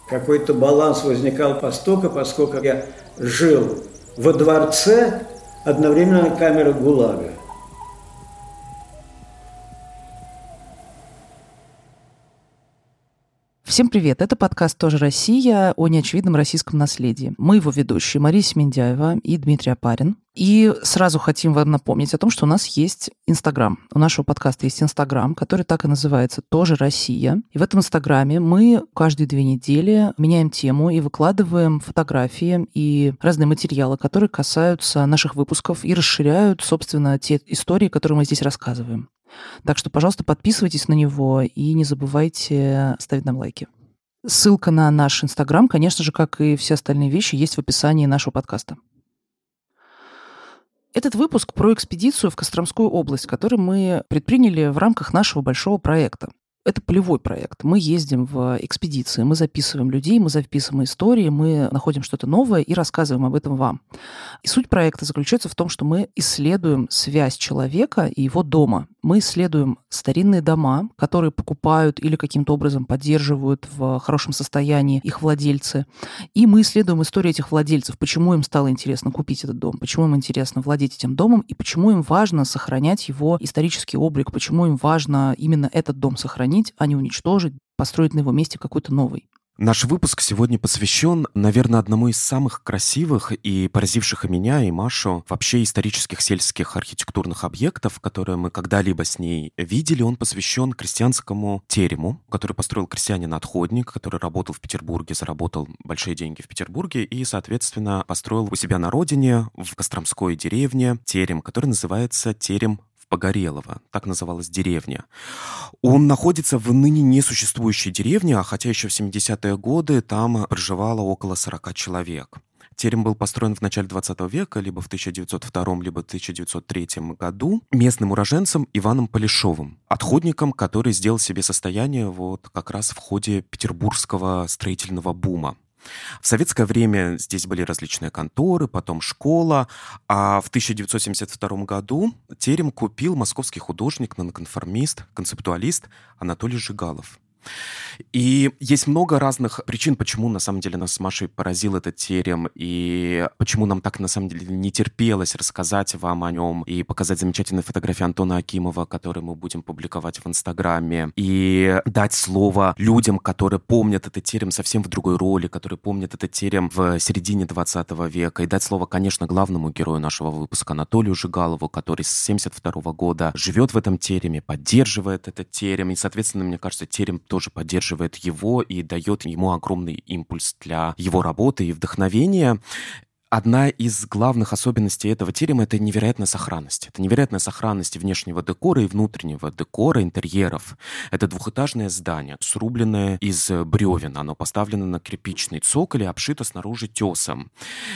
Какой-то баланс возникал постольку, поскольку я жил во дворце, одновременно камера ГУЛАГа. Всем привет! Это подкаст «Тоже Россия» о неочевидном российском наследии. Мы его ведущие Мария Семендяева и Дмитрий Опарин. И сразу хотим вам напомнить о том, что у нас есть Инстаграм. У нашего подкаста есть Инстаграм, который так и называется «Тоже Россия». И в этом Инстаграме мы каждые 2 недели меняем тему и выкладываем фотографии и разные материалы, которые касаются наших выпусков и расширяют, собственно, те истории, которые мы здесь рассказываем. Так что, пожалуйста, подписывайтесь на него и не забывайте ставить нам лайки. Ссылка на наш Инстаграм, конечно же, как и все остальные вещи, есть в описании нашего подкаста. Этот выпуск про экспедицию в Костромскую область, который мы предприняли в рамках нашего большого проекта. Это полевой проект. Мы ездим в экспедиции, мы записываем людей, мы записываем истории, мы находим что-то новое и рассказываем об этом вам. И суть проекта заключается в том, что мы исследуем связь человека и его дома. Мы исследуем старинные дома, которые покупают или каким-то образом поддерживают в хорошем состоянии их владельцы. И мы исследуем историю этих владельцев, почему им стало интересно купить этот дом, почему им интересно владеть этим домом и почему им важно сохранять его исторический облик, почему им важно именно этот дом сохранить, а не уничтожить, построить на его месте какой-то новый. Наш выпуск сегодня посвящен, наверное, одному из самых красивых и поразивших и меня, и Машу вообще исторических сельских архитектурных объектов, которые мы когда-либо с ней видели. Он посвящен крестьянскому терему, который построил крестьянин-отходник, который работал в Петербурге, заработал большие деньги в Петербурге и, соответственно, построил у себя на родине, в Костромской деревне, терем, который называется терем Погорелого, так называлась деревня. Он находится в ныне несуществующей деревне, а хотя еще в 70-е годы там проживало около 40 человек. Терем был построен в начале 20 века, либо в 1902, либо в 1903 году, местным уроженцем Иваном Полешовым, отходником, который сделал себе состояние вот как раз в ходе петербургского строительного бума. В советское время здесь были различные конторы, потом школа, а в 1972 году терем купил московский художник, нонконформист, концептуалист Анатолий Жигалов. И есть много разных причин, почему, на самом деле, нас с Машей поразил этот терем, и почему нам так, на самом деле, не терпелось рассказать вам о нем и показать замечательные фотографии Антона Акимова, которые мы будем публиковать в Инстаграме, и дать слово людям, которые помнят этот терем совсем в другой роли, которые помнят этот терем в середине 20 века, и дать слово, конечно, главному герою нашего выпуска Анатолию Жигалову, который с 1972 года живет в этом тереме, поддерживает этот терем, и, соответственно, мне кажется, терем тоже поддерживает его и дает ему огромный импульс для его работы и вдохновения. Одна из главных особенностей этого терема — это невероятная сохранность. Это невероятная сохранность внешнего декора и внутреннего декора, интерьеров. Это двухэтажное здание, срубленное из бревен. Оно поставлено на кирпичный цоколь и обшито снаружи тесом.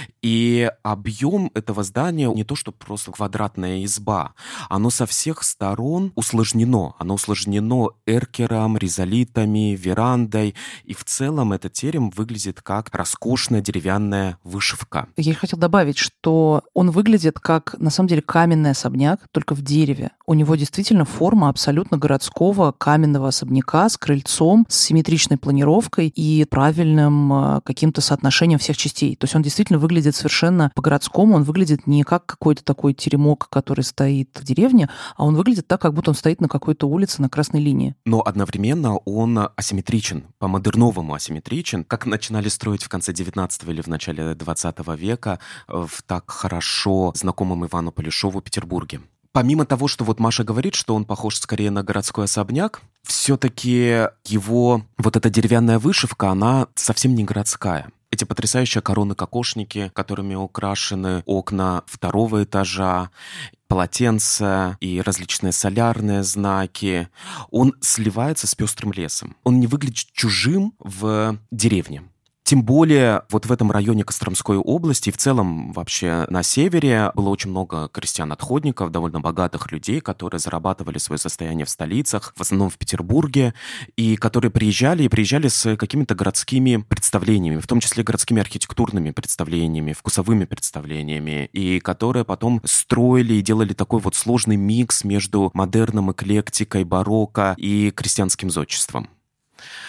И объем этого здания не то, что просто квадратная изба. Оно со всех сторон усложнено. Оно усложнено эркером, ризолитами, верандой. И в целом этот терем выглядит как роскошная деревянная вышивка. Я хотел добавить, что он выглядит как, на самом деле, каменный особняк, только в дереве. У него действительно форма абсолютно городского каменного особняка с крыльцом, с симметричной планировкой и правильным каким-то соотношением всех частей. То есть он действительно выглядит совершенно по-городскому, он выглядит не как какой-то такой теремок, который стоит в деревне, а он выглядит так, как будто он стоит на какой-то улице на красной линии. Но одновременно он асимметричен, по-модерновому асимметричен, как начинали строить в конце 19 или в начале 20 века в так хорошо знакомом Ивану Полешову Петербурге. Помимо того, что вот Маша говорит, что он похож скорее на городской особняк, все-таки его вот эта деревянная вышивка, она совсем не городская. Эти потрясающие короны-кокошники, которыми украшены окна 2-го этажа, полотенца и различные солярные знаки, он сливается с пестрым лесом. Он не выглядит чужим в деревне. Тем более вот в этом районе Костромской области и в целом вообще на севере было очень много крестьян-отходников, довольно богатых людей, которые зарабатывали свое состояние в столицах, в основном в Петербурге, и которые приезжали с какими-то городскими представлениями, в том числе городскими архитектурными представлениями, вкусовыми представлениями, и которые потом строили и делали такой вот сложный микс между модерном, эклектикой, барокко и крестьянским зодчеством.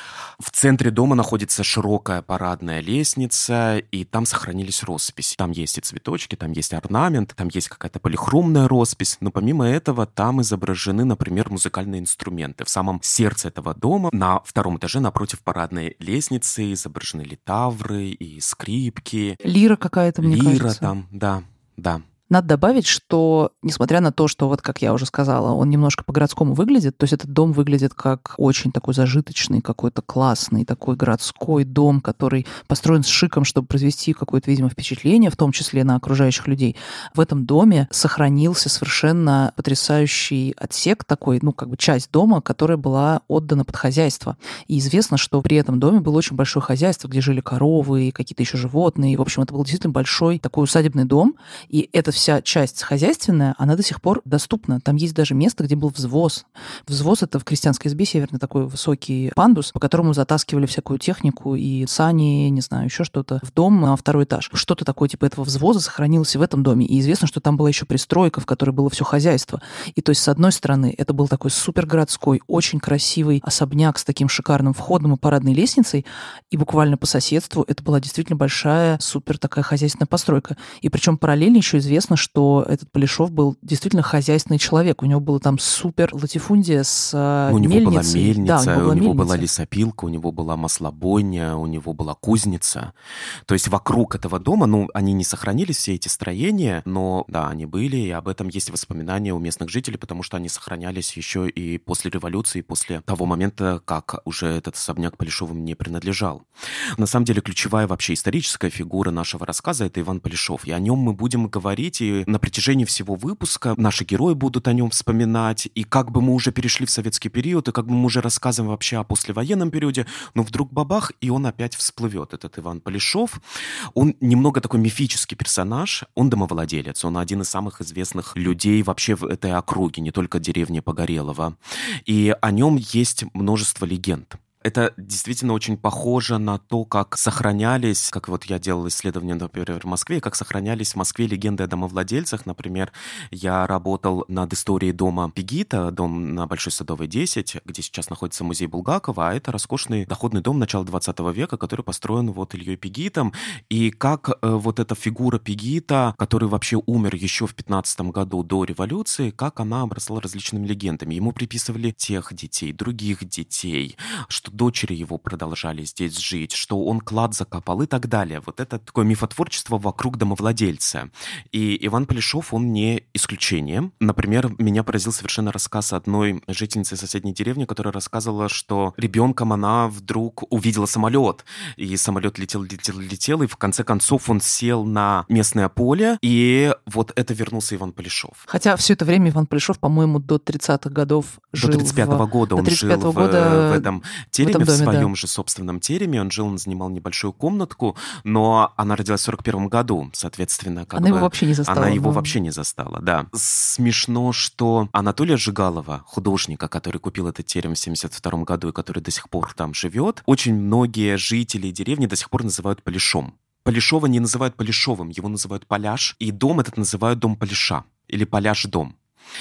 В центре дома находится широкая парадная лестница, и там сохранились росписи. Там есть и цветочки, там есть орнамент, там есть какая-то полихромная роспись, но помимо этого там изображены, например, музыкальные инструменты. В самом сердце этого дома, на втором этаже, напротив парадной лестницы, изображены литавры и скрипки. Лира какая-то, мне кажется. Лира там, да. Надо добавить, что, несмотря на то, что, вот как я уже сказала, он немножко по-городскому выглядит, то есть этот дом выглядит как очень такой зажиточный, какой-то классный, такой городской дом, который построен с шиком, чтобы произвести какое-то, видимо, впечатление, в том числе на окружающих людей. В этом доме сохранился совершенно потрясающий отсек такой, часть дома, которая была отдана под хозяйство. И известно, что при этом доме было очень большое хозяйство, где жили коровы и какие-то еще животные. И, в общем, это был действительно большой такой усадебный дом, и это вся часть хозяйственная, она до сих пор доступна. Там есть даже место, где был взвоз. Взвоз — это в крестьянской избе северный такой высокий пандус, по которому затаскивали всякую технику и сани, не знаю, еще что-то в дом на второй этаж. Что-то такое типа этого взвоза сохранилось и в этом доме. И известно, что там была еще пристройка, в которой было все хозяйство. И то есть, с одной стороны, это был такой супергородской, очень красивый особняк с таким шикарным входом и парадной лестницей, и буквально по соседству это была действительно большая, супер такая хозяйственная постройка. И причем параллельно еще известно, что этот Полешов был действительно хозяйственный человек. У него было там супер латифундия с мельницей. У него была мельница, да, у него была лесопилка, у него была маслобойня, у него была кузница. То есть вокруг этого дома, они не сохранились, все эти строения, но, да, они были, и об этом есть воспоминания у местных жителей, потому что они сохранялись еще и после революции, после того момента, как уже этот особняк Полешовым не принадлежал. На самом деле, ключевая вообще историческая фигура нашего рассказа — это Иван Полешов, и о нем мы будем говорить, и на протяжении всего выпуска наши герои будут о нем вспоминать, и как бы мы уже перешли в советский период, и как бы мы уже рассказываем вообще о послевоенном периоде, но вдруг бабах, и он опять всплывет, этот Иван Полешов. Он немного такой мифический персонаж, он домовладелец, он один из самых известных людей вообще в этой округе, не только деревни Погорелова, и о нем есть множество легенд. Это действительно очень похоже на то, как сохранялись, как вот я делал исследования, например, в Москве, как сохранялись в Москве легенды о домовладельцах. Например, я работал над историей дома Пегита, дом на Большой Садовой, 10, где сейчас находится музей Булгакова, а это роскошный доходный дом начала 20 века, который построен вот Ильей Пегитом. И как вот эта фигура Пегита, который вообще умер еще в 15 году до революции, как она обросла различными легендами. Ему приписывали тех детей, других детей, что дочери его продолжали здесь жить, что он клад закопал и так далее. Вот это такое мифотворчество вокруг домовладельца. И Иван Полешов, он не исключение. Например, меня поразил совершенно рассказ одной жительницы соседней деревни, которая рассказывала, что ребенком она вдруг увидела самолет. И самолет летел, и в конце концов он сел на местное поле, и вот это вернулся Иван Полешов. Хотя все это время Иван Полешов, по-моему, до 30-х годов жил. До 35-го года он жил в этом тереме, в своем же собственном тереме. Он занимал небольшую комнатку, но она родилась в 41 году, соответственно. Она его вообще не застала. Она его вообще не застала, да. Смешно, что Анатолия Жигалова, художника, который купил этот терем в 72 году и который до сих пор там живет, очень многие жители деревни до сих пор называют Полешом. Полешова не называют Полешовым, его называют Поляш, и дом этот называют дом Полеша или Поляш-дом.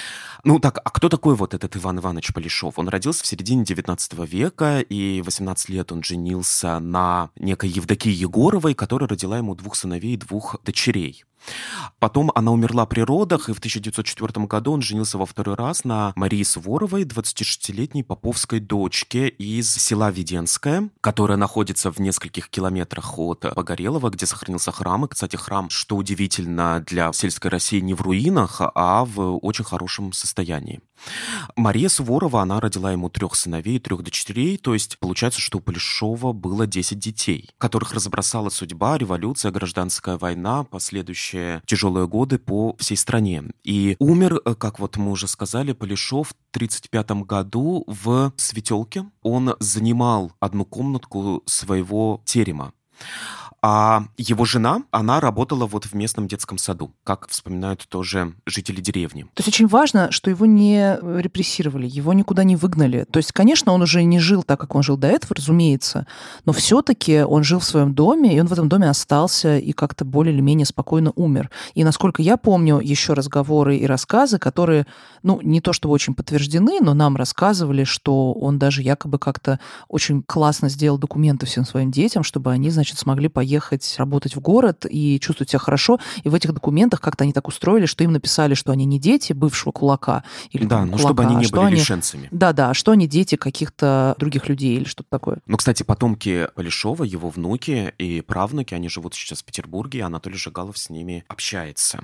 А кто такой вот этот Иван Иванович Полешов? Он родился в середине 19 века, и 18 лет он женился на некой Евдокии Егоровой, которая родила ему 2 сыновей и 2 дочерей. Потом она умерла при родах, и в 1904 году он женился во второй раз на Марии Суворовой, 26-летней поповской дочке из села Веденское, которое находится в нескольких километрах от Погорелова, где сохранился храм. И, кстати, храм, что удивительно для сельской России, не в руинах, а в очень хорошем состоянии. Мария Суворова, она родила ему 3 сыновей и 3 дочерей, то есть получается, что у Полешова было 10 детей, которых разбросала судьба, революция, гражданская война, последующие тяжелые годы по всей стране. И умер, как вот мы уже сказали, Полешов в 1935 году в Светелке. Он занимал одну комнатку своего терема. А его жена, она работала вот в местном детском саду, как вспоминают тоже жители деревни. То есть очень важно, что его не репрессировали, его никуда не выгнали. То есть, конечно, он уже не жил так, как он жил до этого, разумеется, но все-таки он жил в своем доме, и он в этом доме остался и как-то более или менее спокойно умер. И насколько я помню, еще разговоры и рассказы, которые, не то чтобы очень подтверждены, но нам рассказывали, что он даже якобы как-то очень классно сделал документы всем своим детям, чтобы они, значит, смогли поехать работать в город и чувствовать себя хорошо. И в этих документах как-то они так устроили, что им написали, что они не дети бывшего кулака. Или да, кулака, чтобы они не были лишенцами. Да, что они дети каких-то других людей или что-то такое. Кстати, потомки Полешова, его внуки и правнуки, они живут сейчас в Петербурге, и Анатолий Жигалов с ними общается.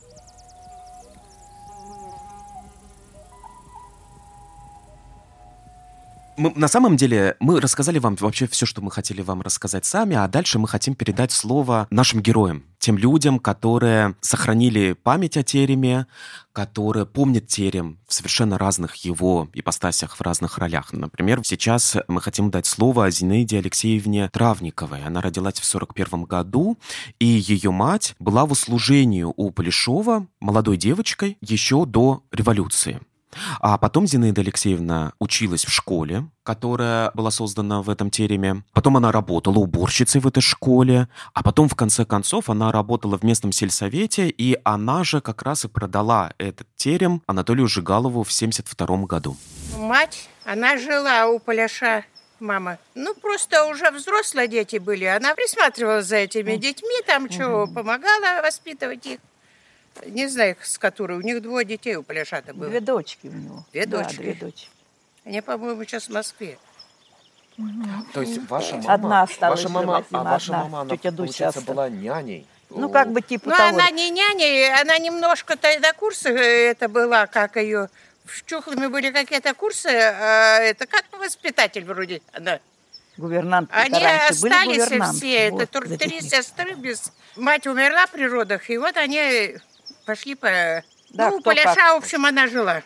На самом деле, мы рассказали вам вообще все, что мы хотели вам рассказать сами, а дальше мы хотим передать слово нашим героям, тем людям, которые сохранили память о тереме, которые помнят терем в совершенно разных его ипостасях, в разных ролях. Например, сейчас мы хотим дать слово Зинаиде Алексеевне Травниковой. Она родилась в 1941 году, и ее мать была в услужении у Полешова молодой девочкой еще до революции. А потом Зинаида Алексеевна училась в школе, которая была создана в этом тереме. Потом она работала уборщицей в этой школе. А потом, в конце концов, она работала в местном сельсовете, и она же как раз и продала этот терем Анатолию Жигалову в 1972 году. Мать, она жила у Поляша, мама. Просто уже взрослые дети были. Она присматривала за этими детьми, помогала воспитывать их. Не знаю, с которой. У них 2 детей у Поляша-то было. 2 дочки у него. 2 дочки. Да, 2 дочки. Они, по-моему, сейчас в Москве. То есть ваша мама... Одна осталась жива, ваша мама, она, тетя Дуся получается, была няней? Того. Она не няня, она немножко на курсах это была, как ее... В Чухлами были какие-то курсы, это как воспитатель вроде она. Гувернантки. Они остались все, это 3 сестры без... Мать умерла при родах, и вот они пошли по... у Поляша, в общем, она жила.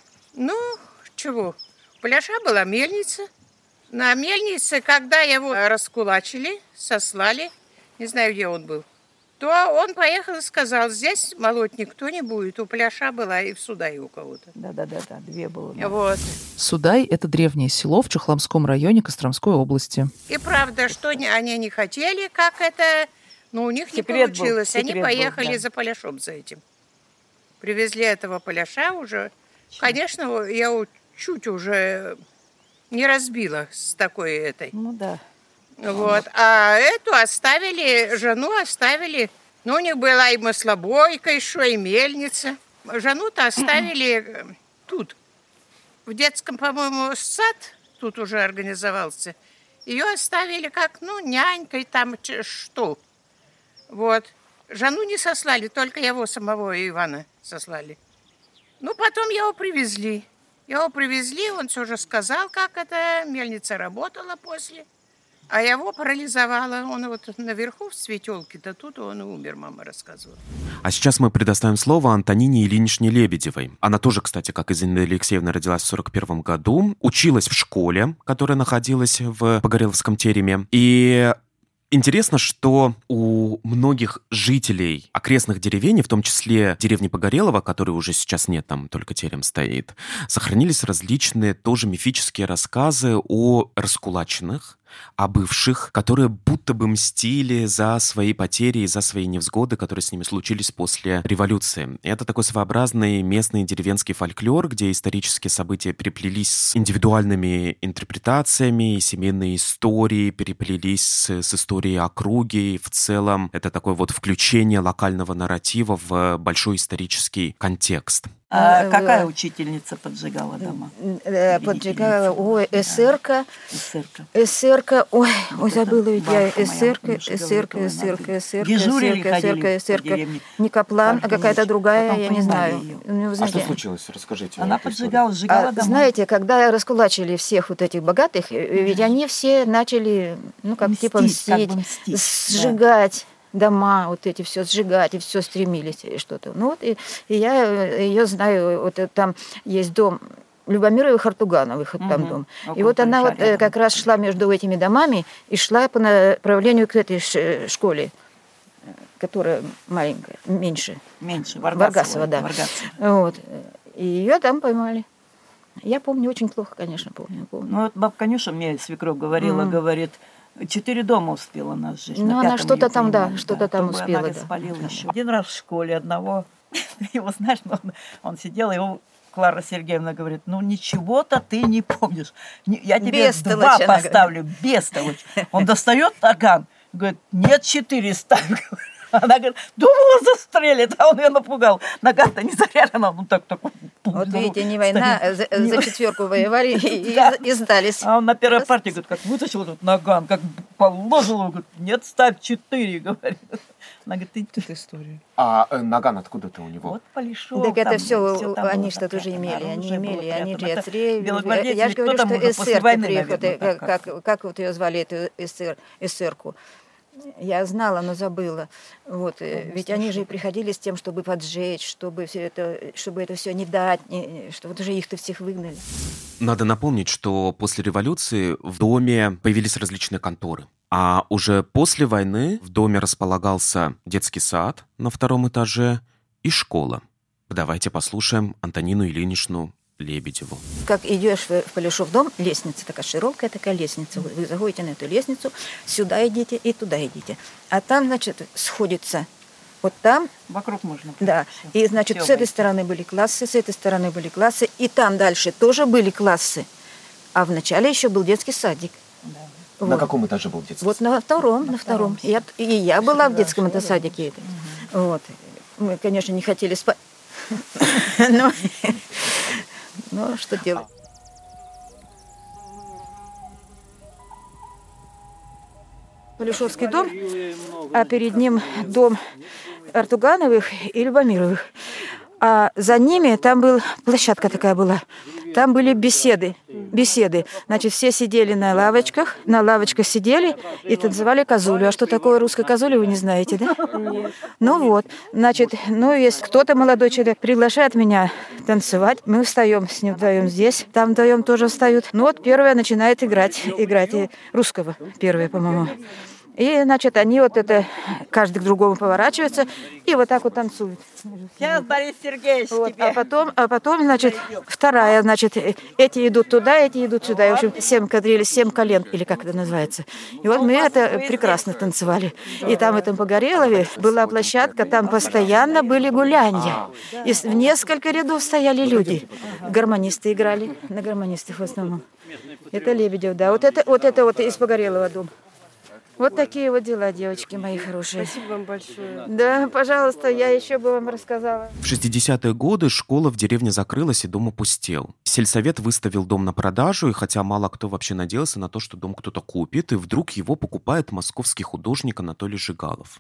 У Поляша была мельница. На мельнице, когда его раскулачили, сослали, не знаю, где он был, то он поехал и сказал, здесь молоть никто не будет. У Поляша была и в Судае у кого-то. Да, 2 было. Вот. Судай – это древнее село в Чухломском районе Костромской области. И правда, что они не хотели, как это... у них секрет не получилось. Они поехали за Поляшом за этим. Привезли этого Поляша уже. Конечно, я чуть уже не разбила с такой этой. Да. Вот. А эту жену оставили. У них была и маслобойка еще, и мельница. Жену-то оставили тут. В детском, по-моему, сад тут уже организовался. Ее оставили как, нянькой там что. Вот. Жену не сослали, только его самого Ивана сослали. Потом его привезли. Он все же сказал, как эта мельница работала после. А его парализовало. Он наверху в Светелке, тут он и умер, мама рассказывала. А сейчас мы предоставим слово Антонине Ильиничне Лебедевой. Она тоже, кстати, как и Зинаида Алексеевна, родилась в 1941 году, училась в школе, которая находилась в Погореловском тереме. И интересно, что у многих жителей окрестных деревень, в том числе деревни Погорелова, которой уже сейчас нет, там только терем стоит, сохранились различные тоже мифические рассказы о раскулаченных, о бывших, которые будто бы мстили за свои потери и за свои невзгоды, которые с ними случились после революции. И это такой своеобразный местный деревенский фольклор, где исторические события переплелись с индивидуальными интерпретациями, и семейные истории переплелись с историей округи. И в целом это такое включение локального нарратива в большой исторический контекст. А какая учительница поджигала дома? Поджигала, эсерка, забыла ведь я, эсерка, не Каплан, а какая-то другая, я не знаю. А что случилось? Расскажите. Она поджигала, сжигала дома. Знаете, когда раскулачили всех этих богатых, ведь они все начали, мстить, сжигать дома, эти все сжигать, и все стремились, и что-то. И я ее знаю, там есть дом Любомировых Хартугановых, там дом. И она как раз шла между этими домами и шла по направлению к этой школе. которая маленькая, меньше. Варгасова, да. Варгасова. Вот. И ее там поймали. Я помню, очень плохо, конечно, помню. Ну, вот бабка Нюша мне свекровь говорила, говорит, 4 дома успела нас жить. Ну, она что-то там, что-то там успела. Она спалила еще. Один раз в школе одного, его, знаешь, он сидел, его Клара Сергеевна говорит, ну, ничего-то ты не помнишь. Я тебе 2 поставлю, бестолочь. Он достает наган, говорит, нет, 4 ставь. Она говорит, думала, застрелит, а он ее напугал. Наган-то не заряжена, ну так. Вот видите, не война, за 4 воевали и сдались. А он на первой партии, говорит, как вытащил этот наган, как положил его, говорит, нет, ставь 4, говорит. Она говорит, ты тут история. А наган откуда-то у него? Вот Полишов. Так это все они что-то уже имели, они же я же говорю, что эсер приехал, как вот ее звали, эту эсерку. Я знала, но забыла. Вот. Ведь они же и приходили с тем, чтобы поджечь, чтобы это все не дать, что вот уже их-то всех выгнали. Надо напомнить, что после революции в доме появились различные конторы. А уже после войны в доме располагался детский сад на 2 этаже и школа. Давайте послушаем Антонину Ильиничну Лебедеву. Как идешь в Полишов дом, лестница такая широкая, такая лестница. Вы заходите на эту лестницу, сюда идите и туда идите. А там, значит, сходится вот там. Вокруг можно. Да. И, значит, с этой стороны были классы, с этой стороны были классы. И там дальше тоже были классы. А вначале еще был детский садик. Да. Вот. На каком этаже был детский садик? Вот на втором. И я была в детском садике. Вот. Мы, конечно, не хотели спать. Ну, что делать? Полишовский дом, а перед ним дом Артугановых и Любомировых. А за ними там была площадка такая была. Там были беседы. Значит, все сидели на лавочках сидели и танцевали козулю. А что такое русская козуля, вы не знаете, да? Нет. Ну вот, значит, если кто-то, молодой человек, приглашает меня танцевать, мы встаем с ним вдвоем здесь, там вдвоем тоже встают. Ну вот первая начинает играть русского, первая, по-моему. И, значит, они вот это, каждый к другому поворачиваются и вот так вот танцуют. Сейчас, Борис Сергеевич, вот, тебе. А потом, значит, вторая, значит, эти идут туда, эти идут сюда. И, в общем, 7 кадрилей, 7 колен, или как это называется. И вот мы это прекрасно танцевали. И там в этом Погорелове была площадка, там постоянно были гулянья. И в несколько рядов стояли люди. Гармонисты играли, на гармонистах в основном. Это Лебедев, да. Вот это из Погорелова дом. Вот такие вот дела, девочки мои хорошие. Спасибо вам большое. Да, пожалуйста, я еще бы вам рассказала. В 60-е годы школа в деревне закрылась и дом опустел. Сельсовет выставил дом на продажу, и хотя мало кто вообще надеялся на то, что дом кто-то купит, и вдруг его покупает московский художник Анатолий Жигалов.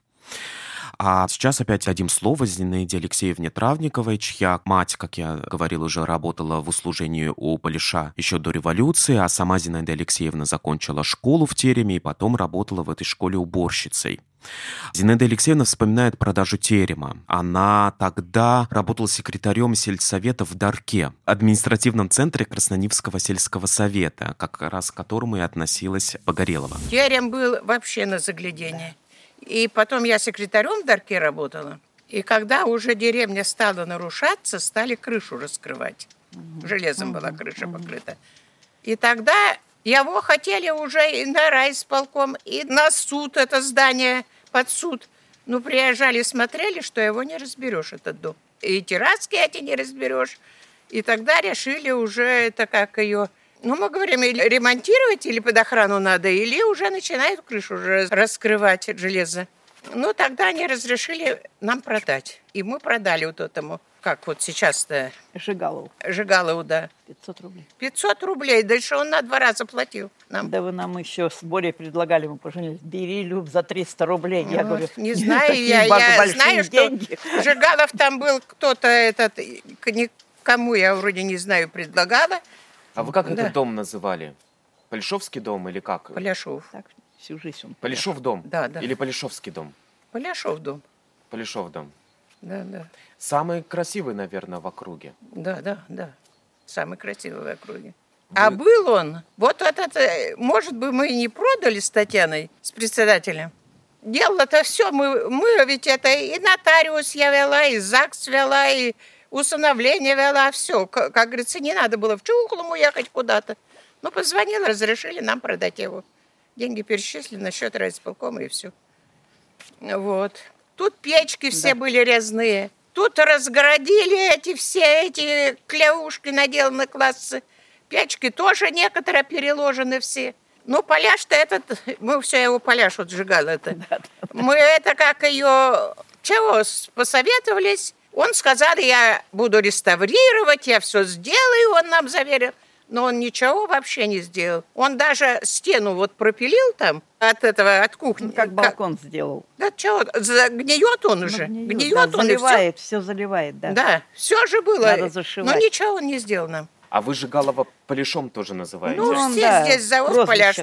А сейчас опять дадим слово Зинаиде Алексеевне Травниковой, чья мать, как я говорил, уже работала в услужении у Полиша еще до революции, а сама Зинаида Алексеевна закончила школу в тереме и потом работала в этой школе уборщицей. Зинаида Алексеевна вспоминает продажу терема. Она тогда работала секретарем сельсовета в Дарке, административном центре Краснонивского сельского совета, как раз к которому и относилась Погорелова. Терем был вообще на заглядение. И потом я секретарем в Дарке работала. И когда уже деревня стала нарушаться, стали крышу раскрывать. Железом была крыша покрыта. И тогда его хотели уже и на райисполком, и на суд, это здание, под суд. Ну, приезжали, смотрели, что его не разберешь, этот дом. И терраски эти не разберешь. И тогда решили уже, это как ее... Ну, мы говорим, или ремонтировать, или под охрану надо, или уже начинают крышу уже раскрывать железо. Ну, тогда они разрешили нам продать. И мы продали вот этому, как вот сейчас-то... Жигалову, да. 500 рублей. 500 рублей, дальше он на 2 раза платил нам. Да вы нам еще с Борей предлагали, мы поженились. Бери, Люб, за 300 рублей. Я говорю, не знаю, я знаю, деньги. Что Жигалов там был кто-то, никому я вроде не знаю, предлагала. А вы как этот дом называли? Полишовский дом или как? Поляшов. Так, всю жизнь он. Полишов дом? Да. Или Полишовский дом? Поляшов дом. Полишов дом. Да. Самый красивый, наверное, в округе. Да. Самый красивый в округе. А был он, вот этот, может быть, мы и не продали с Татьяной, с председателем. делала-то все. Мы ведь это и нотариус я вела, и ЗАГС вела, и усыновление вела, все. Как говорится, не надо было в Чухлом уехать куда-то. Ну, позвонила, разрешили нам продать его. Деньги перечислили на счет райисполкома, и все. Вот. Тут печки все были резные. Тут разгородили все эти клявушки, наделаны классы. Печки тоже некоторые переложены все. Ну, поляж-то этот, мы все его поляж вот сжигали это. Мы это как ее, чего, посоветовались. Он сказал, я буду реставрировать, я все сделаю, он нам заверил. Но он ничего вообще не сделал. Он даже стену вот пропилил там от кухни. Как балкон сделал. Да что, гниет он уже. Гниет да, он заливает, все заливает, да. Да, все же было. Надо зашивать. Но ничего он не сделал нам. А вы Жигалова поляшом тоже называете? Ну, все здесь зовут поляш.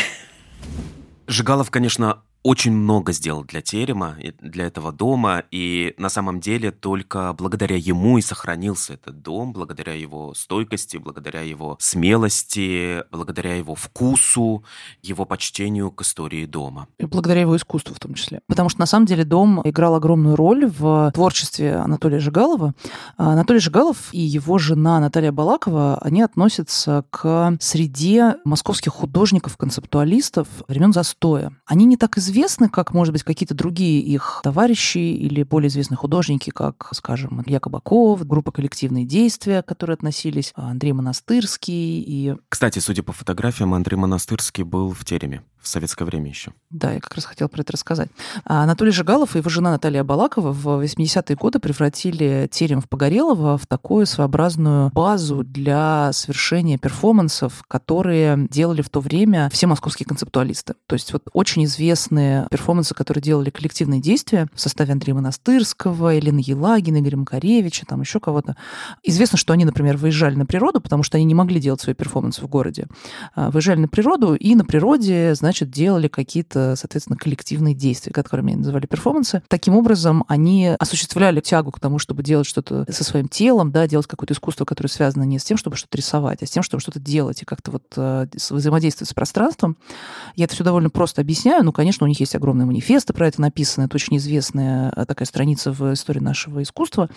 Жигалов, конечно, очень много сделал для терема, для этого дома, и на самом деле только благодаря ему и сохранился этот дом, благодаря его стойкости, благодаря его смелости, благодаря его вкусу, его почтению к истории дома. И благодаря его искусству в том числе. Потому что на самом деле дом играл огромную роль в творчестве Анатолия Жигалова. Анатолий Жигалов и его жена Наталья Балакова, они относятся к среде московских художников-концептуалистов времен застоя. Они не так известны, как, может быть, какие-то другие их товарищи или более известные художники, как, скажем, Илья Кабаков, группа «Коллективные действия», к которой относились Андрей Монастырский. И... Кстати, судя по фотографиям, Андрей Монастырский был в тереме в советское время еще. Да, я как раз хотела про это рассказать. Анатолий Жигалов и его жена Наталья Балакова в 80-е годы превратили терем в Погорелово в такую своеобразную базу для совершения перформансов, которые делали в то время все московские концептуалисты. То есть вот очень известные перформансы, которые делали коллективные действия в составе Андрея Монастырского, Елены Елагина, Игоря Макаревича, там еще кого-то. Известно, что они, например, выезжали на природу, потому что они не могли делать свои перформансы в городе. Выезжали на природу, и на природе, значит, делали какие-то, соответственно, коллективные действия, которыми они называли перформансы. Таким образом, они осуществляли тягу к тому, чтобы делать что-то со своим телом, да, делать какое-то искусство, которое связано не с тем, чтобы что-то рисовать, а с тем, чтобы что-то делать и как-то вот взаимодействовать с пространством. Я это все довольно просто объясняю. Ну, конечно, у них есть огромные манифесты про это написаны. Это очень известная такая страница в истории нашего искусства.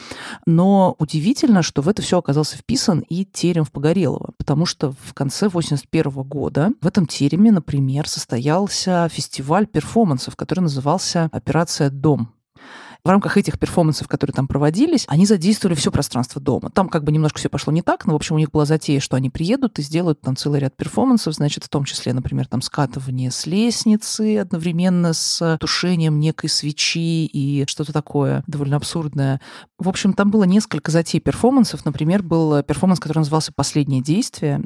Но удивительно, что в это все оказался вписан и терем в Погорелово, потому что в конце 1981 года в этом тереме, например, состоялся фестиваль перформансов, который назывался «Операция Дом». В рамках этих перформансов, которые там проводились, они задействовали все пространство дома. Там как бы немножко все пошло не так, но, в общем, у них была затея, что они приедут и сделают там целый ряд перформансов, значит, в том числе, например, там скатывание с лестницы одновременно с тушением некой свечи и что-то такое довольно абсурдное. В общем, там было несколько затей перформансов. Например, был перформанс, который назывался «Последнее действие».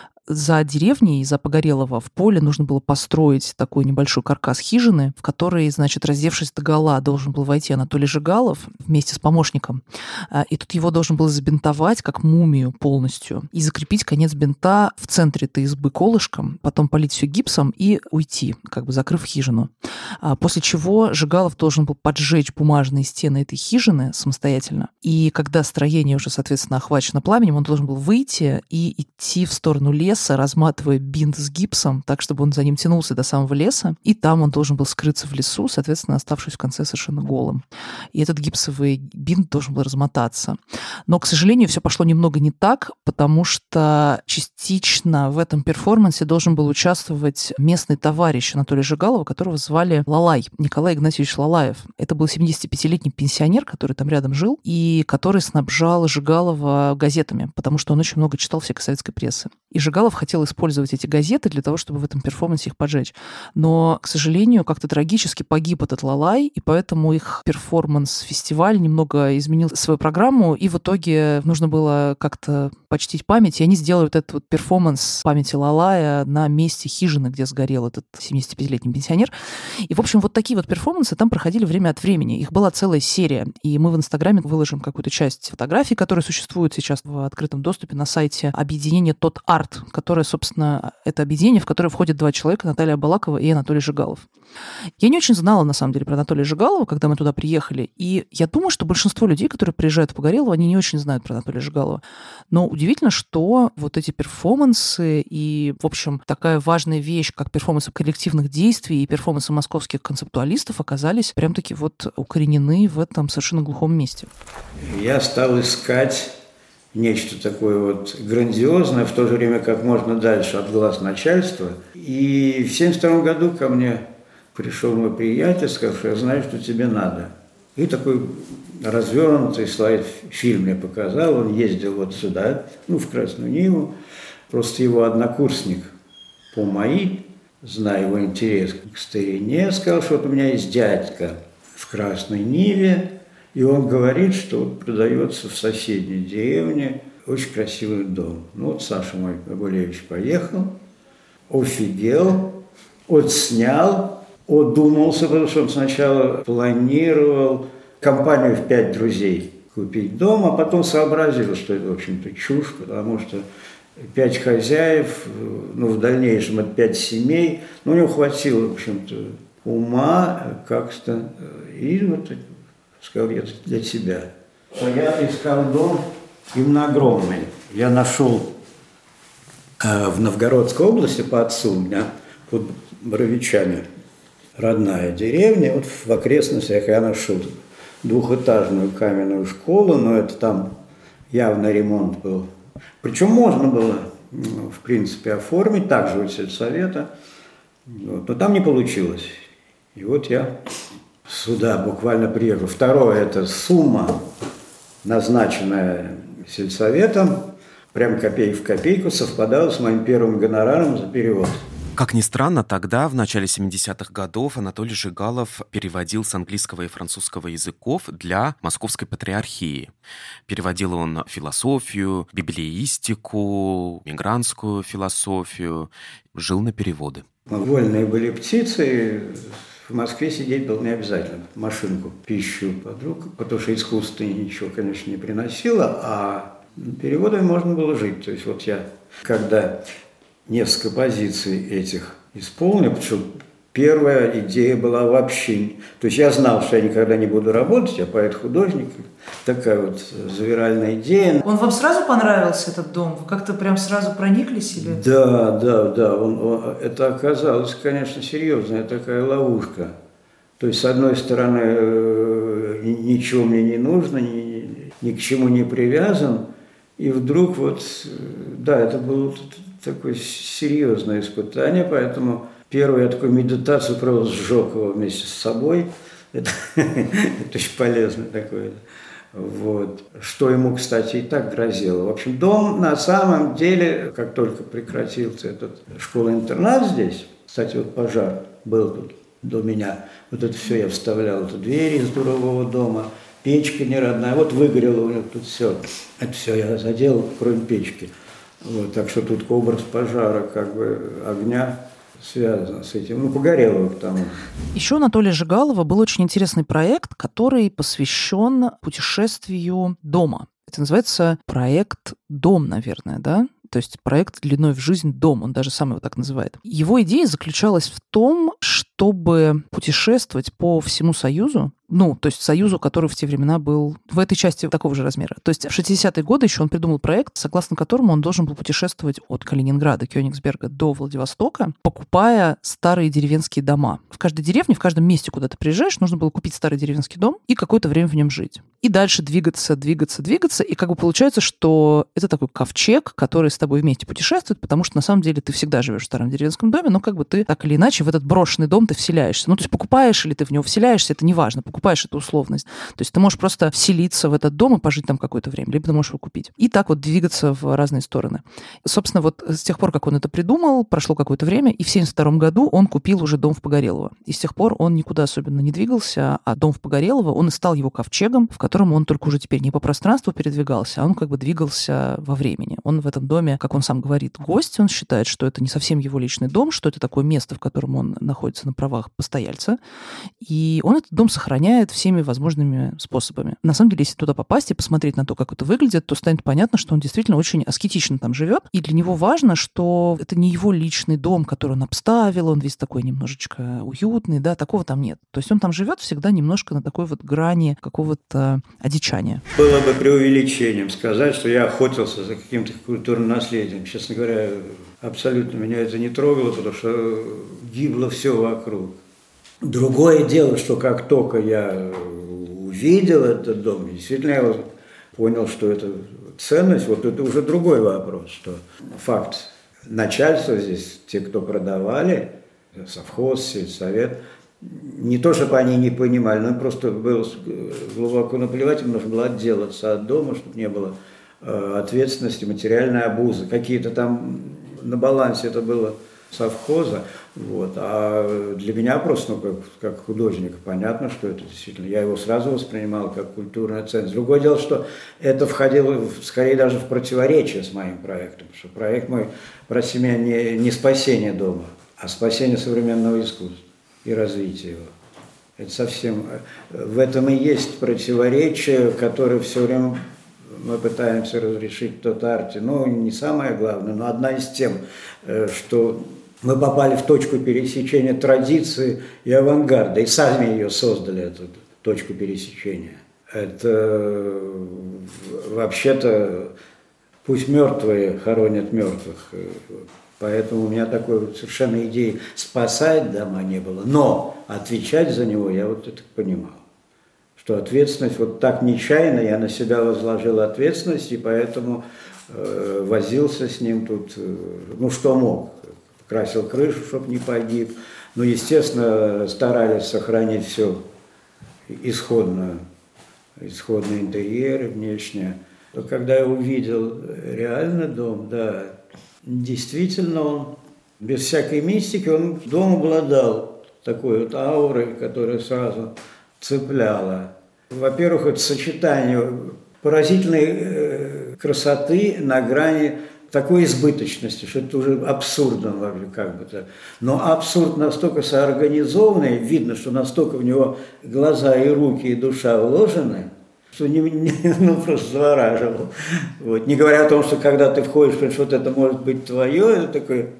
За деревней, за Погорелово, в поле нужно было построить такой небольшой каркас хижины, в который, значит, раздевшись догола, должен был войти Анатолий Жигалов вместе с помощником. И тут его должен был забинтовать, как мумию полностью, и закрепить конец бинта в центре этой избы колышком, потом полить все гипсом и уйти, как бы закрыв хижину. После чего Жигалов должен был поджечь бумажные стены этой хижины самостоятельно. И когда строение уже, соответственно, охвачено пламенем, он должен был выйти и идти в сторону леса, разматывая бинт с гипсом так, чтобы он за ним тянулся до самого леса, и там он должен был скрыться в лесу, соответственно, оставшись в конце совершенно голым. И этот гипсовый бинт должен был размотаться. Но, к сожалению, все пошло немного не так, потому что частично в этом перформансе должен был участвовать местный товарищ Анатолия Жигалова, которого звали Лалай, Николай Игнатьевич Лалаев. Это был 75-летний пенсионер, который там рядом жил, и который снабжал Жигалова газетами, потому что он очень много читал всякой советской прессы. И Жигалов хотел использовать эти газеты для того, чтобы в этом перформансе их поджечь. Но, к сожалению, как-то трагически погиб этот Лалай, и поэтому их перформанс-фестиваль немного изменил свою программу, и в итоге нужно было как-то почтить память, и они сделали вот этот вот перформанс памяти Лалая на месте хижины, где сгорел этот 75-летний пенсионер. И, в общем, вот такие вот перформансы там проходили время от времени. Их была целая серия, и мы в Инстаграме выложим какую-то часть фотографий, которые существуют сейчас в открытом доступе на сайте объединения Тот Арт, которое, собственно, это объединение, в которое входят два человека, Наталья Балакова и Анатолий Жигалов. Я не очень знала, на самом деле, про Анатолия Жигалова, когда мы туда приехали. И я думаю, что большинство людей, которые приезжают в Погорелово, они не очень знают про Анатолия Жигалова. Но удивительно, что вот эти перформансы и, в общем, такая важная вещь, как перформансы коллективных действий и перформансы московских концептуалистов оказались прям-таки вот укоренены в этом совершенно глухом месте. Я стал искать нечто такое вот грандиозное, в то же время как можно дальше от глаз начальства. И в 1972 году ко мне пришел мой приятель, сказал, что я знаю, что тебе надо. И такой развернутый слайд-фильм мне показал. Он ездил вот сюда, в Красную Ниву. Просто его однокурсник по МАИ, зная его интерес к старине, сказал, что вот у меня есть дядька в Красной Ниве, и он говорит, что продается в соседней деревне очень красивый дом. Вот Саша мой Абулевич поехал, офигел, отснял, одумался, потому что он сначала планировал компанию в 5 друзей купить дом, а потом сообразил, что это, в общем-то, чушь, потому что 5 хозяев, в дальнейшем это 5 семей, у него хватило, в общем-то, ума как-то, и вот сказал, я для тебя. Я искал дом именно огромный. Я нашел в Новгородской области по отцу, у меня под Боровичами родная деревня, вот в окрестностях я нашел 2-этажную каменную школу, но это там явно ремонт был. Причем можно было, в принципе, оформить, также у сельсовета, но там не получилось. И вот я сюда буквально приехал. Второе – это сумма, назначенная сельсоветом, прям копейка в копейку, совпадала с моим первым гонораром за перевод. Как ни странно, тогда, в начале 70-х годов, Анатолий Жигалов переводил с английского и французского языков для Московской патриархии. Переводил он философию, библеистику, мигрантскую философию, жил на переводы. Вольные были птицы. В Москве сидеть было не обязательно. Машинку, пищу под руку, потому что искусство ничего, конечно, не приносило, а переводами можно было жить. То есть вот я, когда несколько позиций этих исполнил, потому что первая идея была вообще... То есть я знал, что я никогда не буду работать, я поэт-художник. Такая вот завиральная идея. Он вам сразу понравился, этот дом? Вы как-то прям сразу прониклись? Или? Да. Это оказалось, конечно, серьезная такая ловушка. То есть, с одной стороны, ничего мне не нужно, ни к чему не привязан. И вдруг это было такое серьезное испытание, поэтому первую я такую медитацию провел, сжег его вместе с собой. Это очень полезно такое. Вот. Что ему, кстати, и так грозило. В общем, дом на самом деле, как только прекратился этот школа-интернат здесь, кстати, вот пожар был тут до меня, вот это все я вставлял, это двери из дурового дома, печка неродная, вот выгорело у него тут все. Это все я заделал, кроме печки. Вот, так что тут образ пожара, огня связан с этим. Погорело к тому. Еще у Анатолия Жигалова был очень интересный проект, который посвящен путешествию дома. Это называется проект «Дом», наверное, да? То есть проект длиной в жизнь «Дом», он даже сам его так называет. Его идея заключалась в том, чтобы путешествовать по всему Союзу, то есть Союзу, который в те времена был в этой части такого же размера. То есть в 60-е годы еще он придумал проект, согласно которому он должен был путешествовать от Калининграда, Кёнигсберга до Владивостока, покупая старые деревенские дома. В каждой деревне, в каждом месте, куда ты приезжаешь, нужно было купить старый деревенский дом и какое-то время в нем жить. И дальше двигаться. И получается, что это такой ковчег, который с тобой вместе путешествует, потому что на самом деле ты всегда живешь в старом деревенском доме, но ты так или иначе в этот брошенный дом ты вселяешься. То есть покупаешь или ты в него вселяешься, это не важно. Покупаешь — это условность. То есть ты можешь просто вселиться в этот дом и пожить там какое-то время, либо ты можешь его купить. И так двигаться в разные стороны. Собственно, с тех пор, как он это придумал, прошло какое-то время, и в 1972 году он купил уже дом в Погорелово. И с тех пор он никуда особенно не двигался, а дом в Погорелово, он и стал его ковчегом, в котором он только уже теперь не по пространству передвигался, а он как бы двигался во времени. Он в этом доме, как он сам говорит, гость. Он считает, что это не совсем его личный дом, что это такое место, в котором он находится на правах постояльца. И он этот дом сохраняет всеми возможными способами. На самом деле, если туда попасть и посмотреть на то, как это выглядит, то станет понятно, что он действительно очень аскетично там живет. И для него важно, что это не его личный дом, который он обставил, он весь такой немножечко уютный, да, такого там нет. То есть он там живет всегда немножко на такой вот грани какого-то одичания. Было бы преувеличением сказать, что я охотился за каким-то культурным наследием. Честно говоря, абсолютно меня это не трогало, потому что гибло все вокруг. Другое дело, что как только я увидел этот дом, действительно я понял, что это ценность, вот это уже другой вопрос, что факт начальства здесь, те, кто продавали, совхоз, сельсовет, не то, чтобы они не понимали, но просто было глубоко наплевать, им нужно было отделаться от дома, чтобы не было ответственности, материальной обузы. Какие-то там на балансе это было совхоза, вот. А для меня просто, как художника, понятно, что это действительно, я его сразу воспринимал как культурная ценность. Другое дело, что это входило скорее даже в противоречие с моим проектом, что проект мой, прости меня, не спасение дома, а спасение современного искусства и развитие его. Это совсем... В этом и есть противоречие, которое все время мы пытаемся разрешить в тот-арте. Ну, не самое главное, но одна из тем, что мы попали в точку пересечения традиции и авангарда, и сами ее создали, эту точку пересечения. Это вообще-то пусть мертвые хоронят мертвых. Поэтому у меня такой совершенно идеи спасать дома не было. Но отвечать за него я вот это понимал. Что ответственность, вот так нечаянно я на себя возложил ответственность, и поэтому возился с ним тут, ну что мог. Красил крышу, чтобы не погиб. Ну, естественно, старались сохранить все исходный интерьер, внешнее. Но когда я увидел реально дом, да, действительно он, без всякой мистики, он дом обладал такой вот аурой, которая сразу цепляла. Во-первых, это сочетание поразительной красоты на грани такой избыточности, что это уже абсурдно вообще как бы так. Но абсурд настолько соорганизованный, видно, что настолько в него глаза и руки, и душа вложены, что ну, просто завораживал. Вот. Не говоря о том, что когда ты входишь, что вот это может быть твое, это такое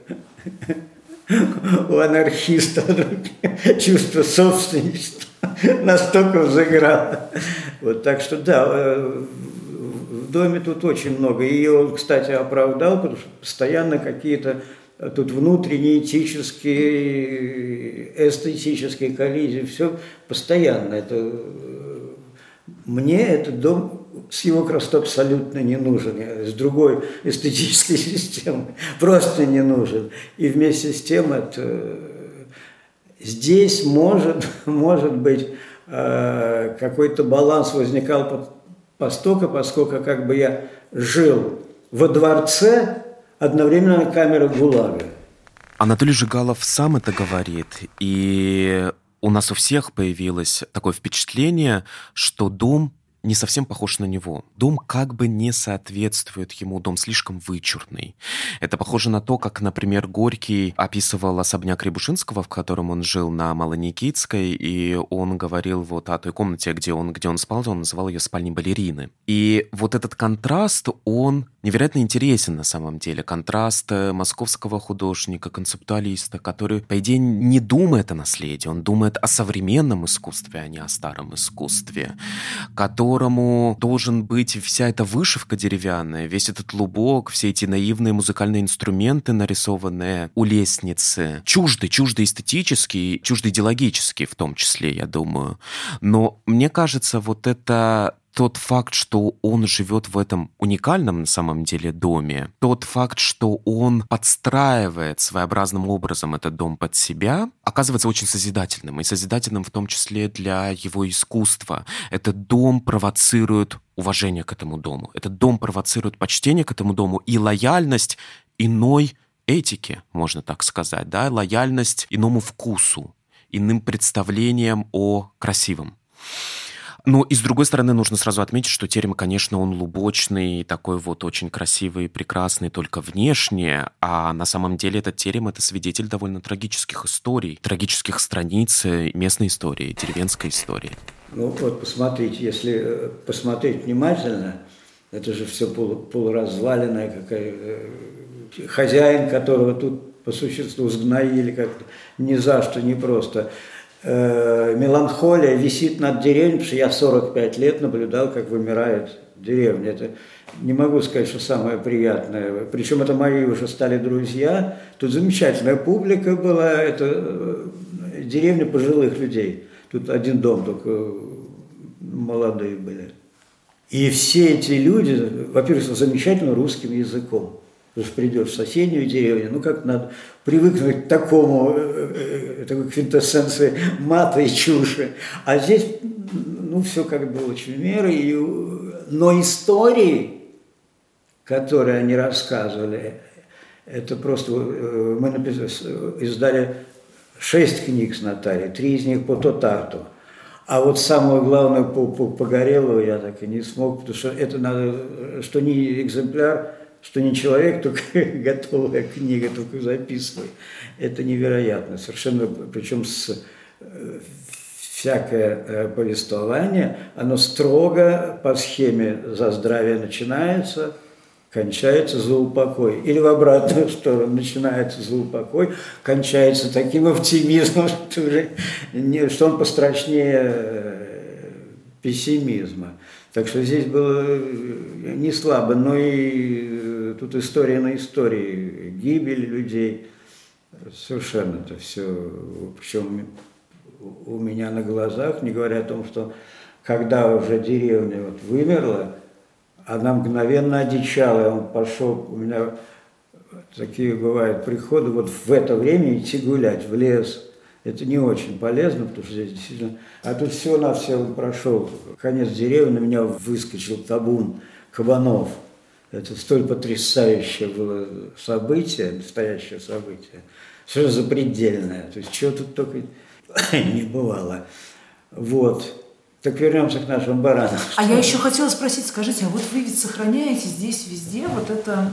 у анархиста чувство собственничества настолько взыграло. Вот, так что да, в доме тут очень много. И он, кстати, оправдал, потому что постоянно какие-то тут внутренние этические, эстетические коллизии, все постоянно. Это, мне этот дом с его красотой абсолютно не нужен, с другой эстетической системой просто не нужен. И вместе с тем это, здесь может быть какой-то баланс возникал поскольку как бы я жил во дворце, одновременно камера ГУЛАГа. Анатолий Жигалов сам это говорит, и у нас у всех появилось такое впечатление, что дом не совсем похож на него. Дом как бы не соответствует ему, дом слишком вычурный. Это похоже на то, как, например, Горький описывал особняк Рябушинского, в котором он жил на Малоникитской, и он говорил вот о той комнате, где он спал, он называл ее спальней балерины. И вот этот контраст, он невероятно интересен на самом деле. Контраст московского художника, концептуалиста, который, по идее, не думает о наследии, он думает о современном искусстве, а не о старом искусстве, которому должен быть вся эта вышивка деревянная, весь этот лубок, все эти наивные музыкальные инструменты, нарисованные у лестницы, чуждый эстетический, чуждый идеологический в том числе, я думаю. Но мне кажется, вот это тот факт, что он живет в этом уникальном на самом деле доме, тот факт, что он подстраивает своеобразным образом этот дом под себя, оказывается очень созидательным. И созидательным в том числе для его искусства. Этот дом провоцирует уважение к этому дому. Этот дом провоцирует почтение к этому дому и лояльность иной этике, можно так сказать, да, лояльность иному вкусу, иным представлениям о красивом. Ну, и с другой стороны, нужно сразу отметить, что терем, конечно, он лубочный, такой вот очень красивый, прекрасный только внешне, а на самом деле этот терем — это свидетель довольно трагических историй, трагических страниц местной истории, деревенской истории. Ну вот посмотрите, если посмотреть внимательно, это же все полуразваленное, хозяин, которого тут по существу сгноили как-то ни за что, не просто. Меланхолия висит над деревней, потому что я 45 лет наблюдал, как вымирает деревня. Это не могу сказать, что самое приятное. Причем это мои уже стали друзья. Тут замечательная публика была. Это деревня пожилых людей. Тут один дом, только молодые были. И все эти люди, во-первых, с замечательным русским языком. Потому что придешь в соседнюю деревню, ну как надо привыкнуть к такой квинтэссенции мата и чуши. А здесь, ну, все как бы очень в меру. Но истории, которые они рассказывали, это просто... Мы издали 6 книг с Натальей, 3 из них по Тотарту. А вот самое главное по Погорелову я так и не смог, потому что это надо, что не экземпляр, что не человек, только готовая книга, только записывай. Это невероятно. Совершенно, причем всякое повествование, оно строго по схеме «за здравие» начинается, кончается «за упокой». Или в обратную сторону, начинается «за упокой», кончается таким оптимизмом, что он пострашнее пессимизма. Так что здесь было не слабо, но и тут история на истории, гибель людей, совершенно это все, причем у меня на глазах, не говоря о том, что когда уже деревня вот вымерла, она мгновенно одичала, он пошел, у меня такие бывают приходы, вот в это время идти гулять в лес. Это не очень полезно, потому что здесь действительно... А тут всего-навсего прошел конец деревни, на меня выскочил табун кабанов. Это столь потрясающее было событие, настоящее событие, что запредельное. То есть чего тут только не бывало. Вот. Так вернемся к нашим баранам. А я еще хотела спросить, скажите, а вот вы ведь сохраняете здесь везде вот это,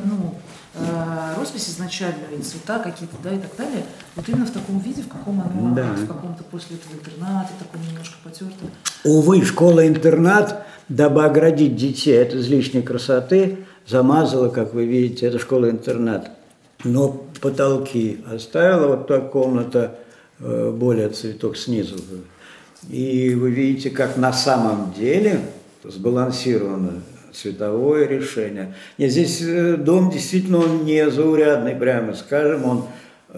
роспись изначальная, цвета какие-то, да, и так далее, вот именно в таком виде, в каком оно, да. В каком-то после этого интерната, таком немножко потертом. Увы, школа-интернат, дабы оградить детей от излишней красоты, замазала, как вы видите, это школа-интернат. Но потолки оставила, вот та комната, более цветок снизу. И вы видите, как на самом деле сбалансировано цветовое решение. Нет, здесь дом действительно он не заурядный, прямо скажем, он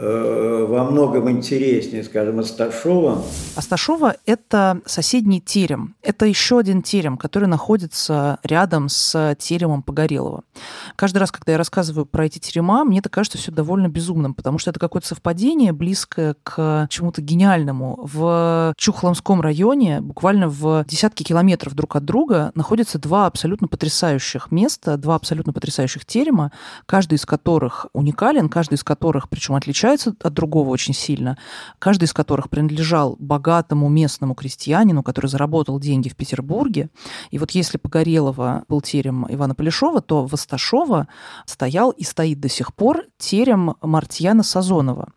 во многом интереснее, скажем, Асташова. Асташова – это соседний терем. Это еще один терем, который находится рядом с теремом Погорелова. Каждый раз, когда я рассказываю про эти терема, мне так кажется все довольно безумным, потому что это какое-то совпадение, близкое к чему-то гениальному. В Чухломском районе, буквально в десятки километров друг от друга, находятся 2 абсолютно потрясающих места, 2 абсолютно потрясающих терема, каждый из которых уникален, каждый из которых, причем отличается от другого очень сильно, каждый из которых принадлежал богатому местному крестьянину, который заработал деньги в Петербурге. И вот если Погорелова был терем Ивана Полешова, то в Асташова стоял и стоит до сих пор терем Мартьяна Сазонова.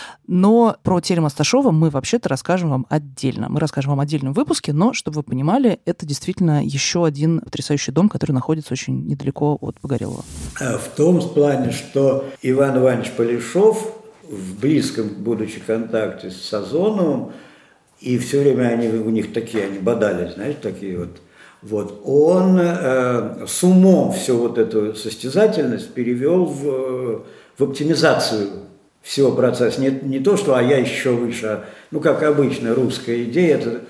Но про терем Асташова мы вообще-то расскажем вам отдельно. Мы расскажем вам в отдельном выпуске, но, чтобы вы понимали, это действительно еще один потрясающий дом, который находится очень недалеко от Погорелова. В том плане, что Иван Иванович Полешов в близком, будучи контакте с Сазоновым, и все время у них такие, они бодались, знаете, такие вот. Он с умом всю вот эту состязательность перевел в оптимизацию всего процесса. Не то, что я еще выше, как обычно русская идея, это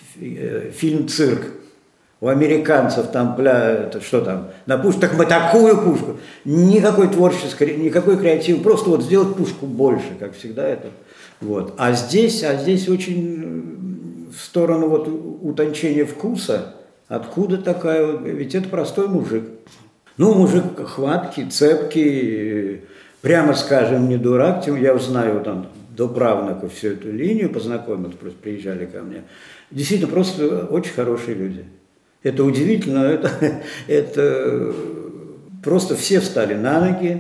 фильм-цирк. У американцев там, что там, на пушку, так мы такую пушку. Никакой творческой, никакой креатив, просто вот сделать пушку больше, как всегда это. Вот. А здесь очень в сторону вот утончения вкуса. Откуда такая, ведь это простой мужик. Мужик хваткий, цепкий, прямо скажем, не дурак, я знаю, там до правнуков всю эту линию, познакомился, просто приезжали ко мне. Действительно, просто очень хорошие люди. Это удивительно, это просто все встали на ноги,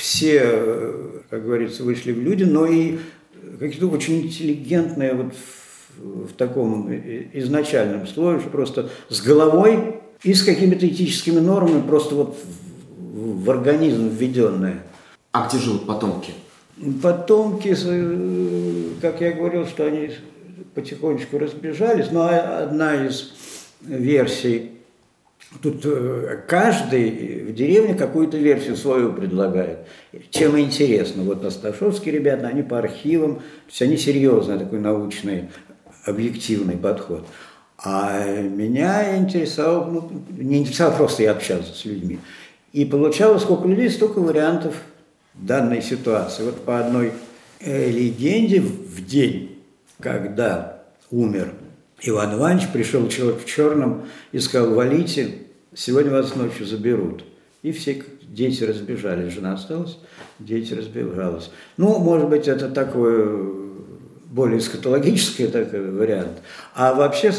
все, как говорится, вышли в люди, но и какие-то очень интеллигентные вот в таком изначальном слое, просто с головой и с какими-то этическими нормами, просто вот в организм введенные. А где живут потомки? Потомки, как я говорил, что они потихонечку разбежались, но одна из версий, тут каждый в деревне какую-то версию свою предлагает. Чем интересно, вот асташовские ребята, они по архивам, то есть они серьезный такой научный, объективный подход. А меня интересовало, не интересовало, просто я общался с людьми. И получалось, сколько людей, столько вариантов данной ситуации. Вот по одной легенде в день, когда умер Иван Иванович, пришел человек в черном и сказал: валите, сегодня вас ночью заберут. И все дети разбежались, жена осталась, дети разбежались. Ну, может быть, это такой более эскатологический такой вариант. А вообще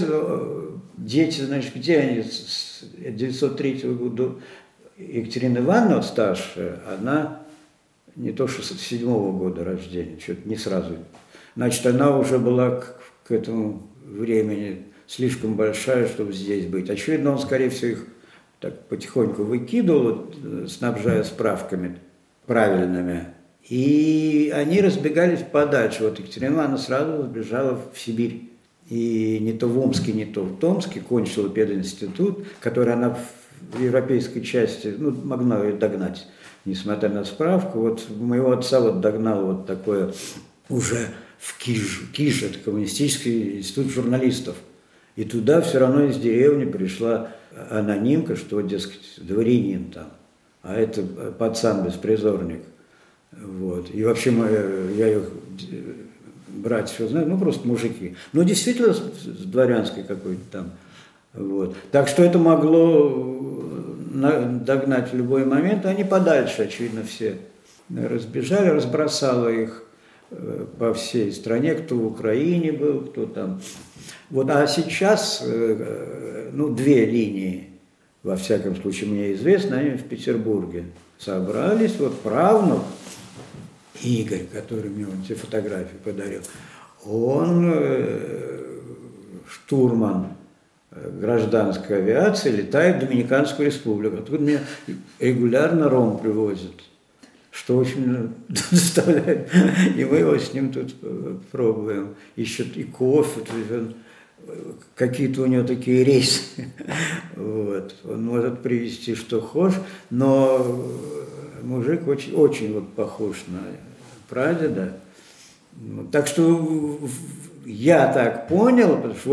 дети, значит, где они с 903 года? Екатерина Ивановна, старшая, она не то 67 года рождения, что-то не сразу. Значит, она уже была к этому времени слишком большая, чтобы здесь быть. Очевидно, он, скорее всего, их так потихоньку выкидывал, снабжая справками правильными. И они разбегались подальше. Вот Екатерина Ивановна сразу сбежала в Сибирь. И не то в Омске, не то в Томске кончила пединститут, который она в европейской части, ну, могла ее догнать, несмотря на справку. Вот моего отца вот догнал вот такое уже в Киш, это коммунистический институт журналистов. И туда все равно из деревни пришла анонимка, что, дескать, дворянин там, а это пацан беспризорник. Вот. И вообще я их брать все знаю, ну просто мужики. Но действительно с дворянской какой-то там. Вот. Так что это могло догнать в любой момент. Они подальше, очевидно, все разбежали, разбросало их по всей стране, кто в Украине был, кто там. Вот, а сейчас, ну, две линии, во всяком случае, мне известно, они в Петербурге собрались. Вот правнук Игорь, который мне эти фотографии подарил, он штурман гражданской авиации, летает в Доминиканскую республику. Откуда меня регулярно ром привозят, что очень доставляет. И мы его с ним тут пробуем. Еще и кофе, какие-то у него такие рейсы. Вот. Он может привезти что хочешь, но мужик очень, очень вот похож на прадеда. Так что я так понял, потому что в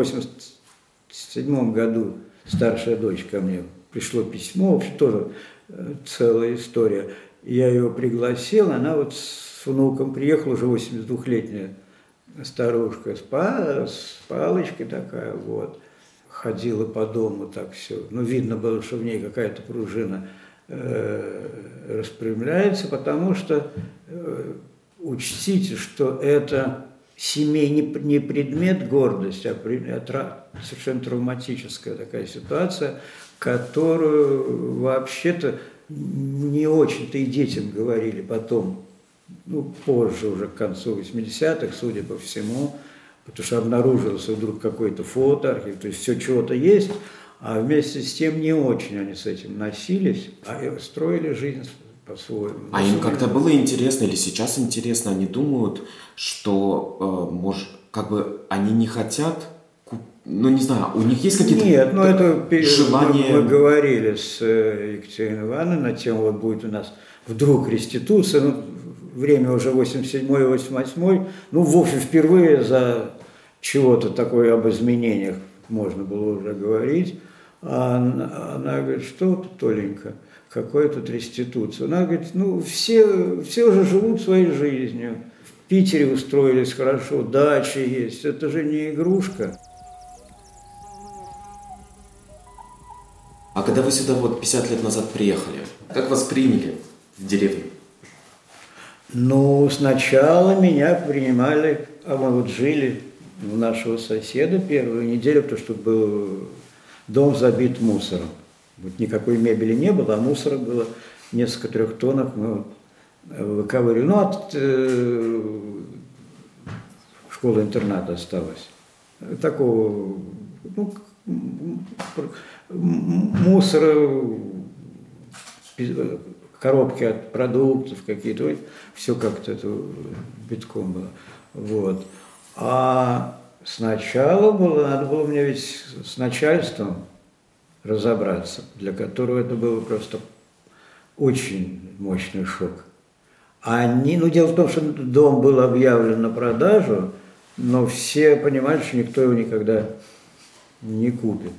1987 году старшая дочь ко мне, пришло письмо, вообще тоже целая история. Я ее пригласил, она вот с внуком приехала, уже 82-летняя старушка, с палочкой такая, вот. Ходила по дому так все. Ну, видно было, что в ней какая-то пружина распрямляется, потому что учтите, что это семей не предмет гордости, а совершенно травматическая такая ситуация, которую вообще-то не очень-то и детям говорили потом, ну, позже, уже к концу 80-х, судя по всему, потому что обнаружился вдруг какой-то фотоархив, то есть все чего-то есть, а вместе с тем не очень они с этим носились, а строили жизнь по-своему. А им как-то было интересно или сейчас интересно, они думают, что, может, как бы они не хотят, ну, не знаю, у них есть какие-то Нет, ну это желания... Мы говорили с Екатериной Ивановной на тему, вот будет у нас вдруг реституция, ну, время уже 87-й, 88-й, ну, в общем, впервые за чего-то такое об изменениях можно было уже говорить. А она говорит: что тут, Толенька, какая тут реституция? Она говорит: ну, все уже живут своей жизнью. В Питере устроились хорошо, дача есть, это же не игрушка. А когда вы сюда вот 50 лет назад приехали, как вас приняли в деревню? Ну, сначала меня принимали, а мы вот жили у нашего соседа первую неделю, потому что был дом забит мусором. Вот никакой мебели не было, а мусора было несколько трехтонок. Мы выковыривали. Ну, от школы-интерната осталось. Такого, ну, мусора, коробки от продуктов какие-то, все как-то это битком было. Вот. А сначала надо было мне ведь с начальством разобраться, для которого это было просто очень мощный шок. Дело в том, что дом был объявлен на продажу, но все понимали, что никто его никогда не купит.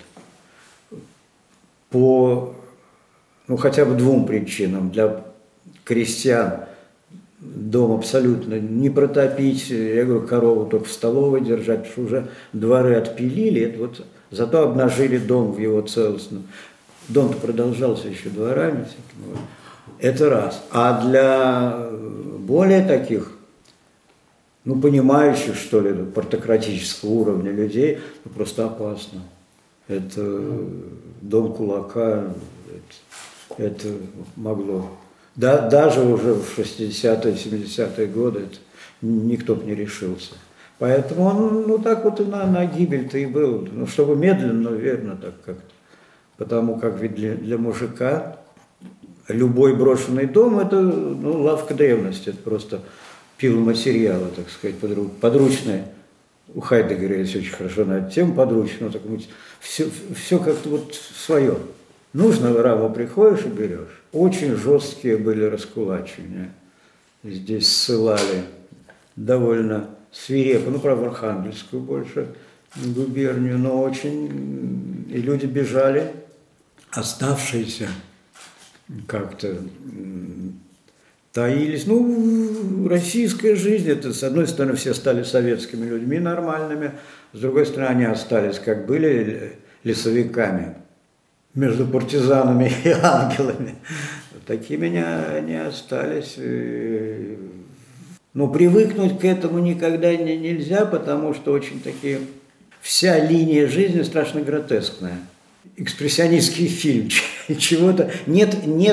Хотя бы двум причинам. Для крестьян дом абсолютно не протопить, я говорю, корову только в столовой держать, потому что уже дворы отпилили, это вот, зато обнажили дом в его целостном. Дом-то продолжался еще дворами всякими. Это раз. А для более таких, понимающих, что ли, партократического уровня людей, просто опасно. Это дом кулака, это могло. Да, даже уже в 60-е, 70-е годы это никто бы не решился. Поэтому он, так вот и на гибель-то и был. Чтобы медленно, но верно так как-то. Потому как ведь для мужика любой брошенный дом – это лавка древности, это просто пиломатериалы, так сказать, подручные. У Хайдеггера есть очень хорошо на эту тему подручную, все как-то вот свое. Нужно в раму приходишь и берешь. Очень жесткие были раскулачивания. Здесь ссылали довольно свирепо, правда, в Архангельскую больше губернию, но очень, и люди бежали, оставшиеся как-то таились. Российская жизнь, это, с одной стороны, все стали советскими людьми нормальными, с другой стороны, они остались, как были, лесовиками между партизанами и ангелами. Такими они остались. Привыкнуть к этому никогда нельзя, потому что очень такие... Вся линия жизни страшно гротескная. Экспрессионистский фильм, чего-то. Нет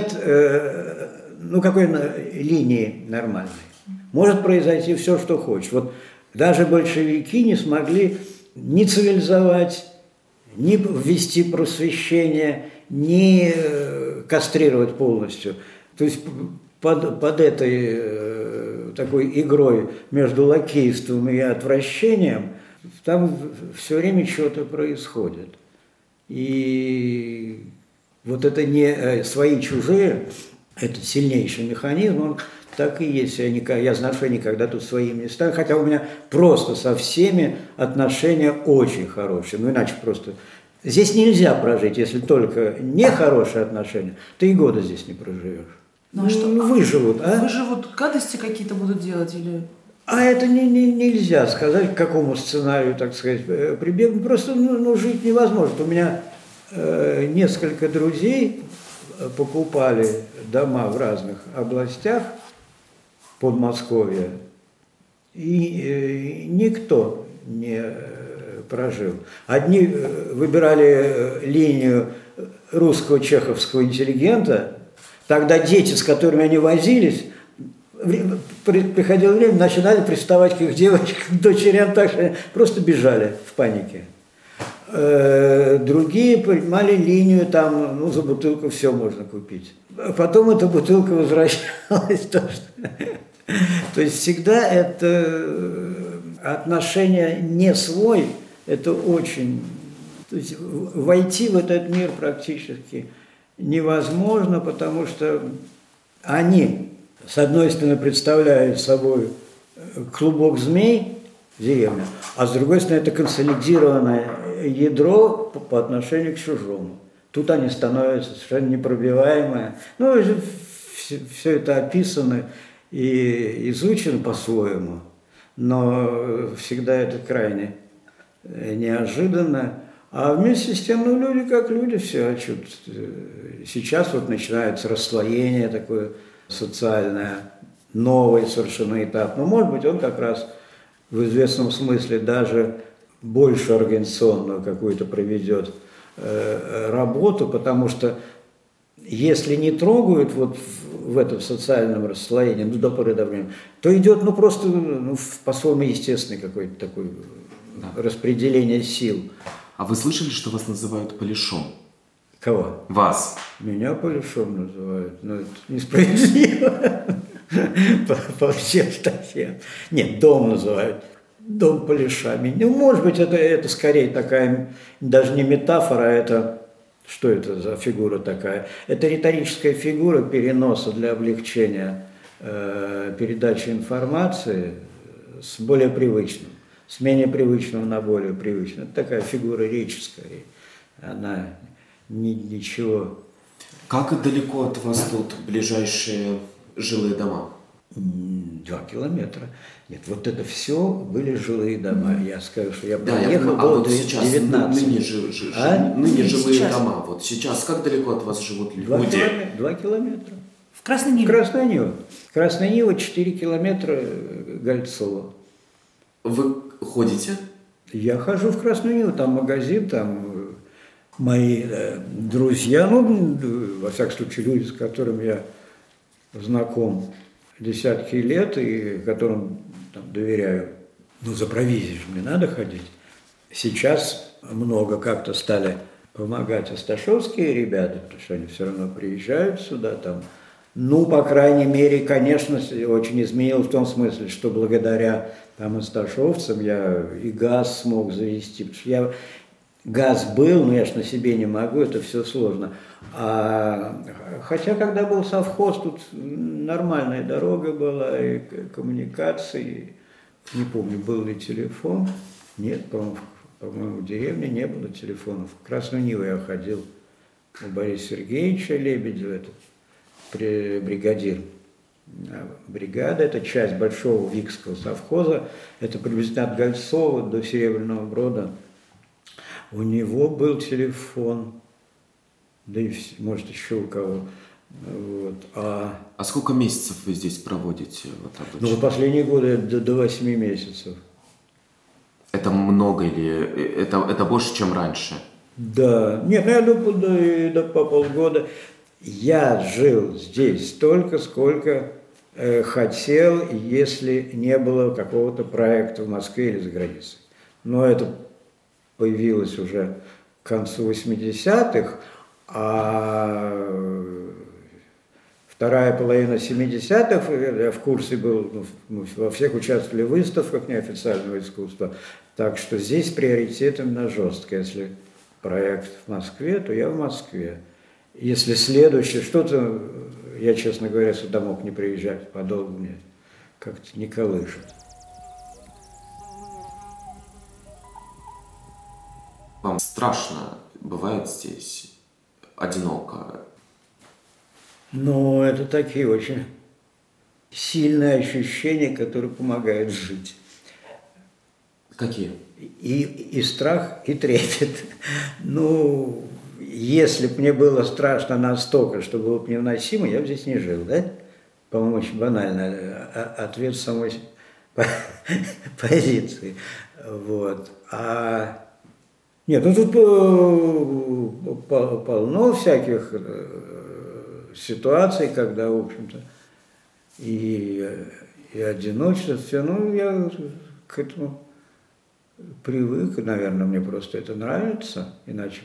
какой линии нормальной. Может произойти все, что хочешь. Вот даже большевики не смогли ни цивилизовать, ни ввести просвещение, ни кастрировать полностью. То есть под этой такой игрой между лакейством и отвращением там все время что-то происходит. И вот это не свои-чужие, это сильнейший механизм, он так и есть. Я знаю, что я никогда тут своим не стану, хотя у меня просто со всеми отношения очень хорошие. Иначе просто... Здесь нельзя прожить, если только нехорошие отношения, ты и года здесь не проживешь. А что? Выживут, а? Выживут, гадости какие-то будут делать или... А это нельзя сказать, к какому сценарию, так сказать, прибегнуть. Просто жить невозможно. У меня несколько друзей покупали дома в разных областях Подмосковья, и никто не прожил. Одни выбирали линию русского чеховского интеллигента, тогда дети, с которыми они возились, приходило время, начинали приставать к их девочкам, дочерям, так что они просто бежали в панике. Другие принимали линию, там, за бутылку все можно купить. Потом эта бутылка возвращалась. То есть всегда это отношение не свой, это очень... То есть войти в этот мир практически невозможно, потому что они, с одной стороны, представляют собой клубок змей в деревне, а с другой стороны, это консолидированное ядро по отношению к чужому. Тут они становятся совершенно непробиваемые. Все это описано и изучено по-своему, но всегда это крайне неожиданно. А вместе с тем, люди как люди все. Сейчас вот начинается расслоение такое социальное. новый совершенно этап. Но, может быть, он как раз в известном смысле даже больше организационную какую-то проведет работу, в этом социальном расслоении, до поры до времени, то идет, просто по-своему естественный какой-то такой распределение сил. А вы слышали, что вас называют Полишом? Кого? Вас. Меня Полишом называют. Это несправедливо по всем статьям. Нет, дом называют. Дом Полиша. Может быть, это скорее такая, даже не метафора, это... Что это за фигура такая? Это риторическая фигура переноса для облегчения передачи информации с более привычным, с менее привычного на более привычное. Это такая фигура реческая. Она ничего. Как далеко от вас тут ближайшие жилые дома? 2 километра. Нет, вот это все были жилые дома. Я скажу, что я приехал, было вот 19. Ныне жилые дома. Вот сейчас как далеко от вас живут люди? 2 километра. В Красной Ниве? Красная Нива. Красная Нива, 4 километра Гольцово. Вы ходите? Я хожу в Красную Ниву, там магазин, там мои друзья, во всяком случае, люди, с которыми я знаком десятки лет и которым доверяю. За провизией же мне надо ходить. Сейчас много как-то стали помогать асташовские ребята, потому что они все равно приезжают сюда. По крайней мере, конечно, очень изменилось в том смысле, что благодаря асташовцам я и газ смог завести. Потому что газ был, но я ж на себе не могу, это все сложно. Хотя, когда был совхоз, тут нормальная дорога была, и коммуникации, не помню, был ли телефон. Нет, по-моему, в деревне не было телефонов. В Красную Ниву я ходил у Бориса Сергеевича Лебедева, бригадир. Бригада – это часть большого Викского совхоза, это приблизительно от Гольцова до Серебряного Брода. У него был телефон, да и, может, еще у кого. А сколько месяцев вы здесь проводите? В последние годы до 8 месяцев. Это много или это больше, чем раньше? Да. Нет, я думаю, по полгода. Я жил здесь столько, сколько хотел, если не было какого-то проекта в Москве или за границей. Но это появилось уже к концу 80-х, а вторая половина 70-х, я в курсе был, мы во всех участвовали в выставках неофициального искусства, так что здесь приоритет именно жесткий. Если проект в Москве, то я в Москве. Если следующее что-то, я, честно говоря, сюда мог не приезжать, подолгу мне как-то не колышет. Вам страшно бывает здесь, одиноко? Это такие очень сильные ощущения, которые помогают жить. Какие? И страх, и трепет. Если бы мне было страшно настолько, что было бы невыносимо, я бы здесь не жил, да? По-моему, очень банальный ответ самой позиции. Нет, тут полно всяких ситуаций, когда, в общем-то, и одиночество, все, я к этому привык, наверное, мне просто это нравится, иначе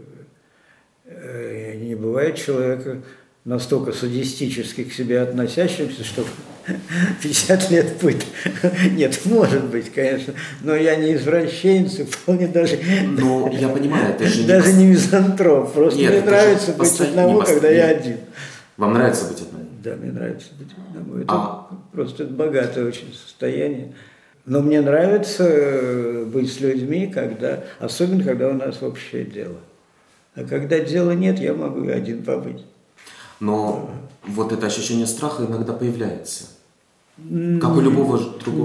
не бывает человека настолько садистически к себе относящимся, что 50 лет пыт. Нет, может быть, конечно, но я не извращенец, вполне даже... Я понимаю, это же даже не мизантроп, просто мне нравится быть одному, когда я один. Вам нравится быть одному? Да, мне нравится быть одному. Это просто богатое очень состояние. Но мне нравится быть с людьми, особенно когда у нас общее дело. А когда дела нет, я могу и один побыть. Но вот это ощущение страха иногда появляется. Как у любого другого.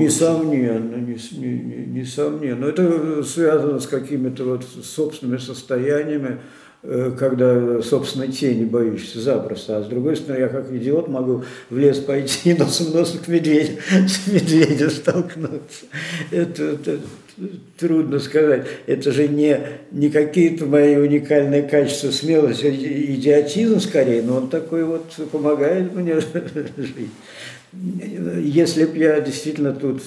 Несомненно. Это связано с какими-то собственными состояниями. когда, собственно, тени боишься запросто, а с другой стороны, я как идиот могу в лес пойти и носом к медведю столкнуться. Это трудно сказать. Это же не какие-то мои уникальные качества, смелость, а идиотизм скорее, но он такой вот помогает мне жить. Если бы я действительно тут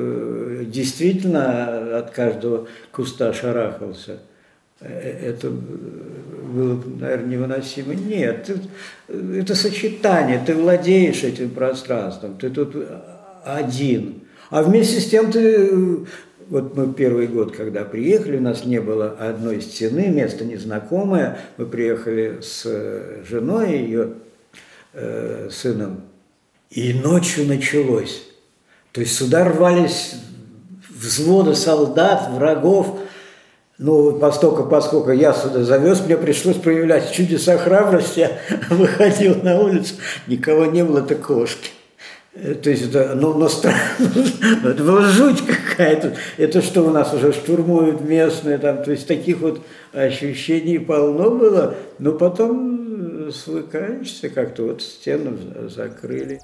от каждого куста шарахался, это было, наверное, невыносимо. Нет, это сочетание, ты владеешь этим пространством, ты тут один. А вместе с тем вот мы первый год, когда приехали, у нас не было одной стены, место незнакомое. Мы приехали с женой и ее сыном, и ночью началось. То есть сюда рвались взводы солдат, врагов. Ну, поскольку я сюда завез, мне пришлось проявлять чудеса храбрости. Я выходил на улицу, никого не было, это кошки. То есть это, странно, это была жуть какая-то. Это что, у нас уже штурмуют местные, там, то есть таких вот ощущений полно было. Но потом свыкаешься, как-то вот стену закрыли.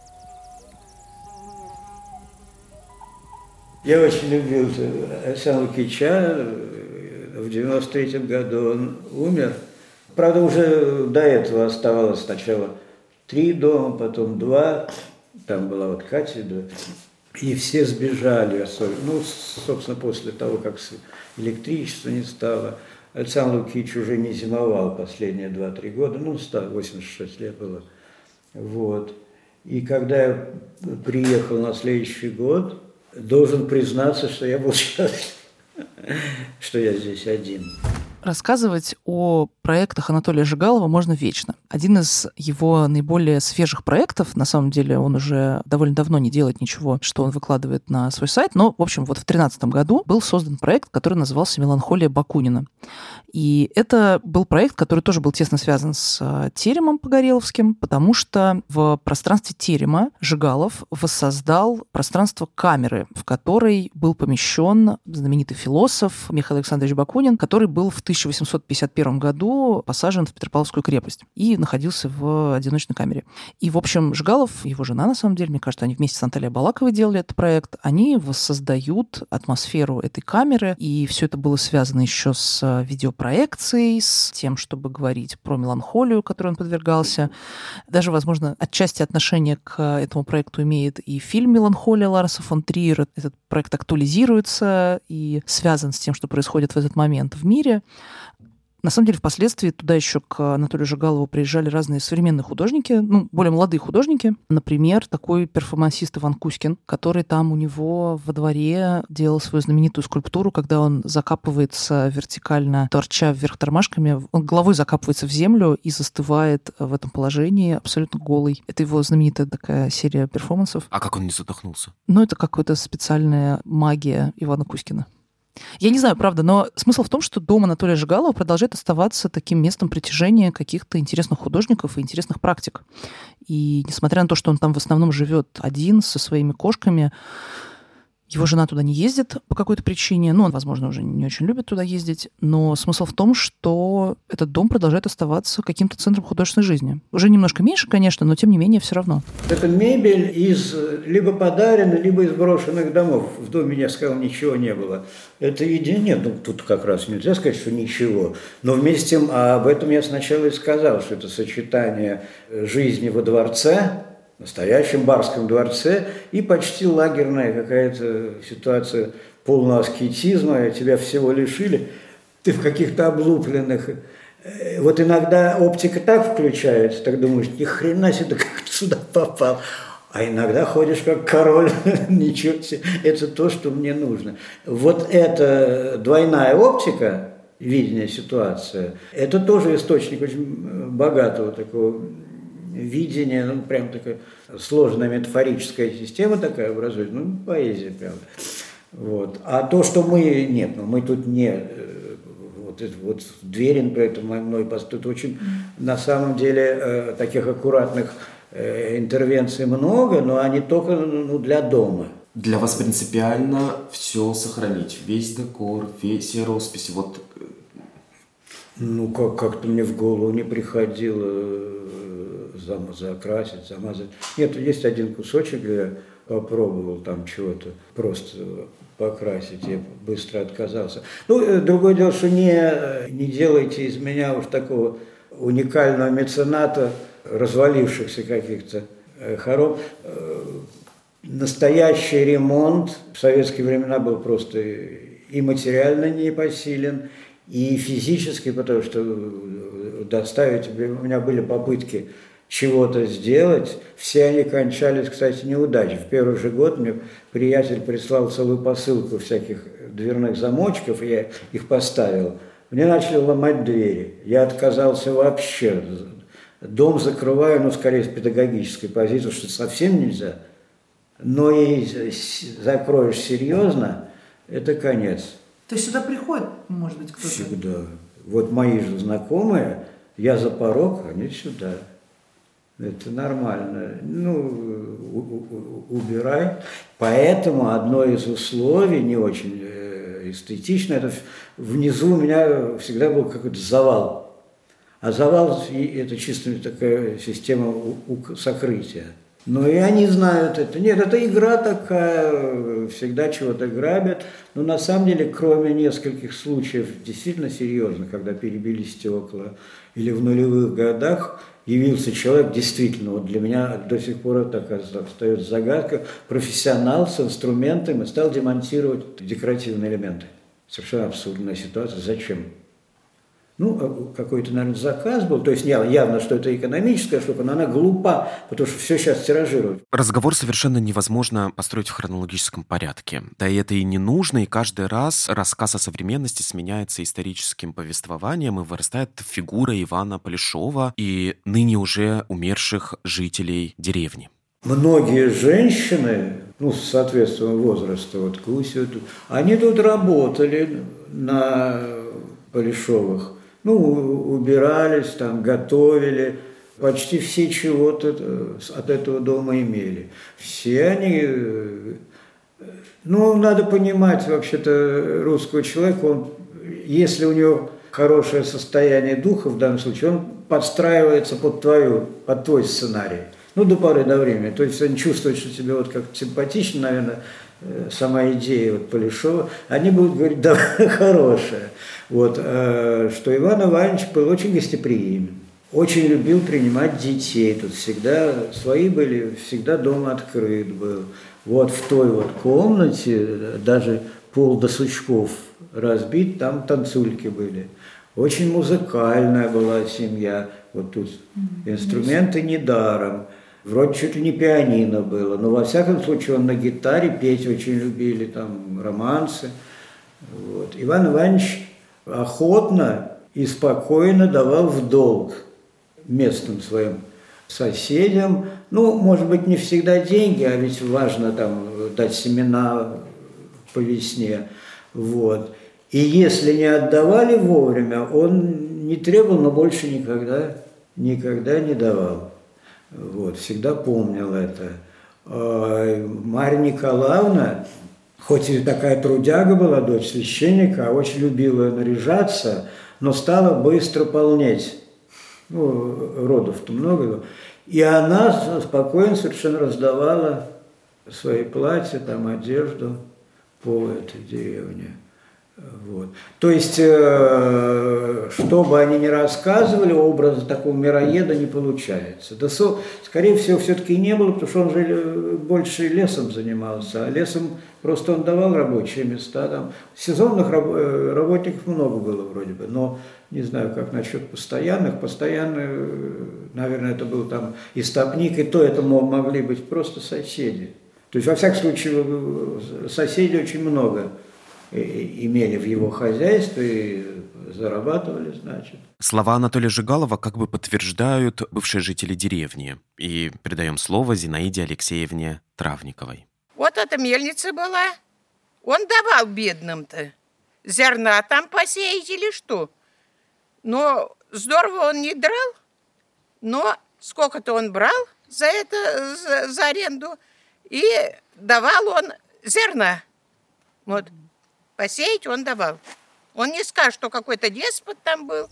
Я очень любил Александра Лукича. В 93-м году он умер. Правда, уже до этого оставалось сначала 3 дома, потом 2. Там была вот кафедра. И все сбежали, особенно, собственно, после того, как электричества не стало. Александр Лукич уже не зимовал последние 2-3 года, 86 лет было. Вот. И когда я приехал на следующий год, должен признаться, что я был счастлив, что я здесь один. Рассказывать о проектах Анатолия Жигалова можно вечно. Один из его наиболее свежих проектов, на самом деле он уже довольно давно не делает ничего, что он выкладывает на свой сайт, но, в общем, вот в 2013 году был создан проект, который назывался «Меланхолия Бакунина». И это был проект, который тоже был тесно связан с теремом Погореловским, потому что в пространстве терема Жигалов воссоздал пространство камеры, в которой был помещен знаменитый философ Михаил Александрович Бакунин, который был в 1851 году посажен в Петропавловскую крепость и находился в одиночной камере. И, в общем, Жигалов, его жена, на самом деле, мне кажется, они вместе с Анталией Балаковой делали этот проект, они воссоздают атмосферу этой камеры, и все это было связано еще с видеопроекцией, с тем, чтобы говорить про меланхолию, которой он подвергался. Даже, возможно, отчасти отношение к этому проекту имеет и фильм «Меланхолия» Ларса фон Триера. Этот проект актуализируется и связан с тем, что происходит в этот момент в мире. На самом деле, впоследствии туда еще к Анатолию Жигалову приезжали разные современные художники, более молодые художники. Например, такой перформансист Иван Кузькин, который там у него во дворе делал свою знаменитую скульптуру, когда он закапывается вертикально, торча вверх тормашками, он головой закапывается в землю и застывает в этом положении абсолютно голый. Это его знаменитая такая серия перформансов. А как он не задохнулся? Это какая-то специальная магия Ивана Кузькина. Я не знаю, правда, но смысл в том, что дом Анатолия Жигалова продолжает оставаться таким местом притяжения каких-то интересных художников и интересных практик. И несмотря на то, что он там в основном живет один со своими кошками, его жена туда не ездит по какой-то причине. Он, возможно, уже не очень любит туда ездить. Но смысл в том, что этот дом продолжает оставаться каким-то центром художественной жизни. Уже немножко меньше, конечно, но тем не менее все равно. Это мебель из либо подаренных, либо из брошенных домов. В доме, я сказал, ничего не было. Это нет, тут как раз нельзя сказать, что ничего. Но вместе с тем, об этом я сначала и сказал, что это сочетание жизни во дворце, настоящем барском дворце, и почти лагерная какая-то ситуация полного аскетизма, тебя всего лишили, ты в каких-то облупленных. Вот иногда оптика так включается, так думаешь, ни хрена себе, как ты сюда попал. А иногда ходишь как король, ничего себе, это то, что мне нужно. Вот эта двойная оптика, видение ситуации, это тоже источник очень богатого такого видение, прям такая сложная метафорическая система такая образуется, поэзия, правда. Вот. А то, что мы тут не, вот Дверин про это мной поступит, очень, на самом деле, таких аккуратных интервенций много, но они только для дома. Для вас принципиально все сохранить, весь декор, все росписи, Ну, как-то мне в голову не приходило закрасить, замазать. Нет, есть один кусочек, я попробовал там чего-то просто покрасить, я быстро отказался. Ну, другое дело, что не делайте из меня уж такого уникального мецената, развалившихся каких-то хором. Настоящий ремонт в советские времена был просто и материально непосилен, и физически, потому что доставить, у меня были попытки чего-то сделать, все они кончались, кстати, неудачей. В первый же год мне приятель прислал целую посылку всяких дверных замочков, я их поставил. Мне начали ломать двери, я отказался вообще. Дом закрываю, скорее с педагогической позиции, что совсем нельзя. Но и закроешь серьезно, это конец. То есть сюда приходит, может быть, кто-то? Всегда. Вот мои же знакомые, я за порог, они сюда. Это нормально. Убирай. Поэтому одно из условий, не очень эстетично, это внизу у меня всегда был какой-то завал. А завал – это чисто такая система сокрытия. Но и они знают это. Нет, это игра такая, всегда чего-то грабят. Но на самом деле, кроме нескольких случаев действительно серьезных, когда перебили стекла, или в нулевых годах явился человек, действительно, вот для меня до сих пор это остается загадка, профессионал с инструментами стал демонтировать декоративные элементы. Совершенно абсурдная ситуация. Зачем? Какой-то, наверное, заказ был, то есть явно, что это экономическая штука, но она глупа, потому что все сейчас тиражируют. Разговор совершенно невозможно построить в хронологическом порядке. Да и это и не нужно, и каждый раз рассказ о современности сменяется историческим повествованием и вырастает фигура Ивана Полешова и ныне уже умерших жителей деревни. Многие женщины, с соответственного возраста, вот Куся, они тут работали на Полешовых. Убирались, там, готовили, почти все чего-то от этого дома имели. Все они, надо понимать, вообще-то, русского человека, если у него хорошее состояние духа, в данном случае, он подстраивается под твой сценарий, до поры до времени. То есть они чувствуют, что тебе как-то симпатично, наверное, сама идея Полешова, они будут говорить, да, хорошая. Что Иван Иванович был очень гостеприимен, очень любил принимать детей. Тут всегда свои были, всегда дом открыт был. В той комнате даже пол до сучков разбит, там танцульки были. Очень музыкальная была семья. Тут инструменты недаром. Вроде чуть ли не пианино было, но во всяком случае он на гитаре петь очень любили, там романсы. Иван Иванович охотно и спокойно давал в долг местным своим соседям. Может быть, не всегда деньги, а ведь важно там дать семена по весне. И если не отдавали вовремя, он не требовал, но больше никогда не давал. Всегда помнил это. Марья Николаевна, хоть и такая трудяга была, дочь священника, очень любила наряжаться, но стала быстро полнеть. Родов-то много было. И она спокойно совершенно раздавала свои платья, там, одежду по этой деревне. То есть, что бы они ни рассказывали, образа такого мироеда не получается. Да, скорее всего, все-таки и не было, потому что он же больше лесом занимался, а лесом просто он давал рабочие места. Там сезонных работников много было вроде бы, но не знаю, как насчет постоянных. Постоянные, наверное, это был там истопник, и то это могли быть просто соседи. То есть, во всяком случае, соседей очень много имели в его хозяйстве и зарабатывали, значит. Слова Анатолия Жигалова как бы подтверждают бывшие жители деревни. И передаем слово Зинаиде Алексеевне Травниковой. Вот эта мельница была. Он давал бедным-то. Зерна там посеять или что? Но здорово он не драл. Но сколько-то он брал за это, за аренду. И давал он зерна. Посеять он давал. Он не скажет, что какой-то деспот там был.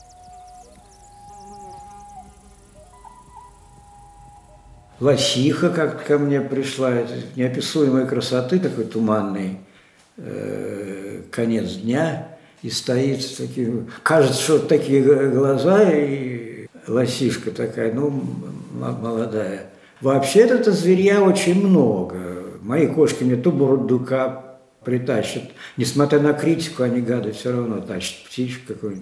Лосиха как-то ко мне пришла, это неописуемой красоты, такой туманный конец дня, и стоит с таким, кажется, что такие глаза, и лосишка такая, ну, молодая. Вообще-то зверья очень много. Мои кошки мне то бурундука притащат, несмотря на критику, они, гады, все равно тащат птичку какую-нибудь.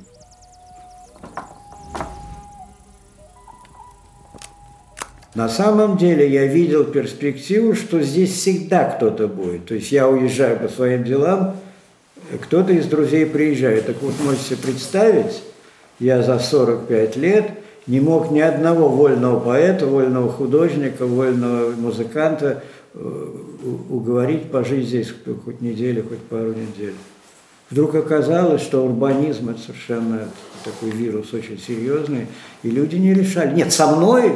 На самом деле я видел перспективу, что здесь всегда кто-то будет. То есть я уезжаю по своим делам, кто-то из друзей приезжает. Так вот, можете себе представить, я за 45 лет не мог ни одного вольного поэта, вольного художника, вольного музыканта уговорить пожить здесь хоть неделю, хоть пару недель. Вдруг оказалось, что урбанизм – это совершенно такой вирус очень серьезный, и люди не решали. Нет, со мной,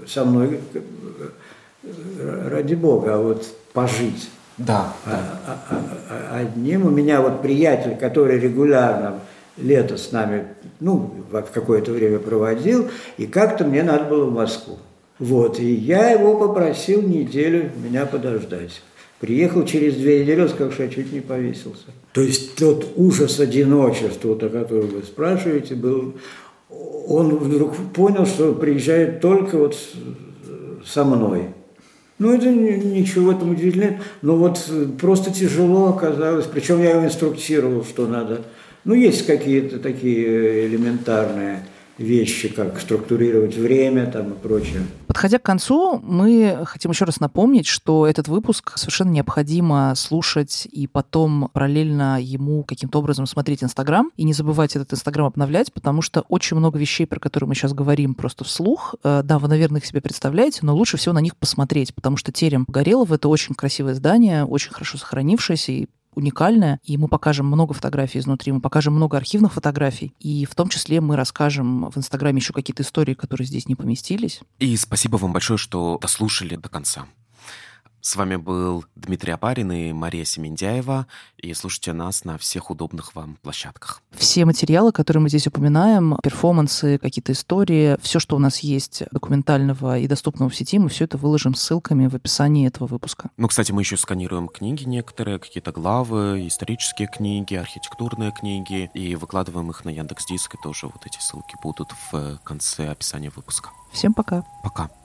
ради бога, а вот пожить. Да. Одним у меня вот приятель, который регулярно лето с нами, ну, в какое-то время проводил, и как-то мне надо было в Москву. Вот, и я его попросил неделю меня подождать. Приехал через 2 недели, он сказал, что я чуть не повесился. То есть тот ужас одиночества, вот, о котором вы спрашиваете, был... Он вдруг понял, что приезжает только вот со мной. Ну, это ничего в этом удивительного. Но вот просто тяжело оказалось. Причем я его инструктировал, что надо. Ну, есть какие-то такие элементарные вещи, как структурировать время там и прочее. Подходя к концу, мы хотим еще раз напомнить, что этот выпуск совершенно необходимо слушать и потом параллельно ему каким-то образом смотреть Инстаграм и не забывать этот Инстаграм обновлять, потому что очень много вещей, про которые мы сейчас говорим просто вслух, да, вы, наверное, их себе представляете, но лучше всего на них посмотреть, потому что терем Погорелов — это очень красивое здание, очень хорошо сохранившееся и уникальное, и мы покажем много фотографий изнутри, мы покажем много архивных фотографий, и в том числе мы расскажем в Инстаграме еще какие-то истории, которые здесь не поместились. И спасибо вам большое, что дослушали до конца. С вами был Дмитрий Опарин и Мария Семендяева, и слушайте нас на всех удобных вам площадках. Все материалы, которые мы здесь упоминаем, перформансы, какие-то истории, все, что у нас есть документального и доступного в сети, мы все это выложим ссылками в описании этого выпуска. Ну, кстати, мы еще сканируем книги некоторые, какие-то главы, исторические книги, архитектурные книги, и выкладываем их на Яндекс.Диск, и тоже вот эти ссылки будут в конце описания выпуска. Всем пока. Пока.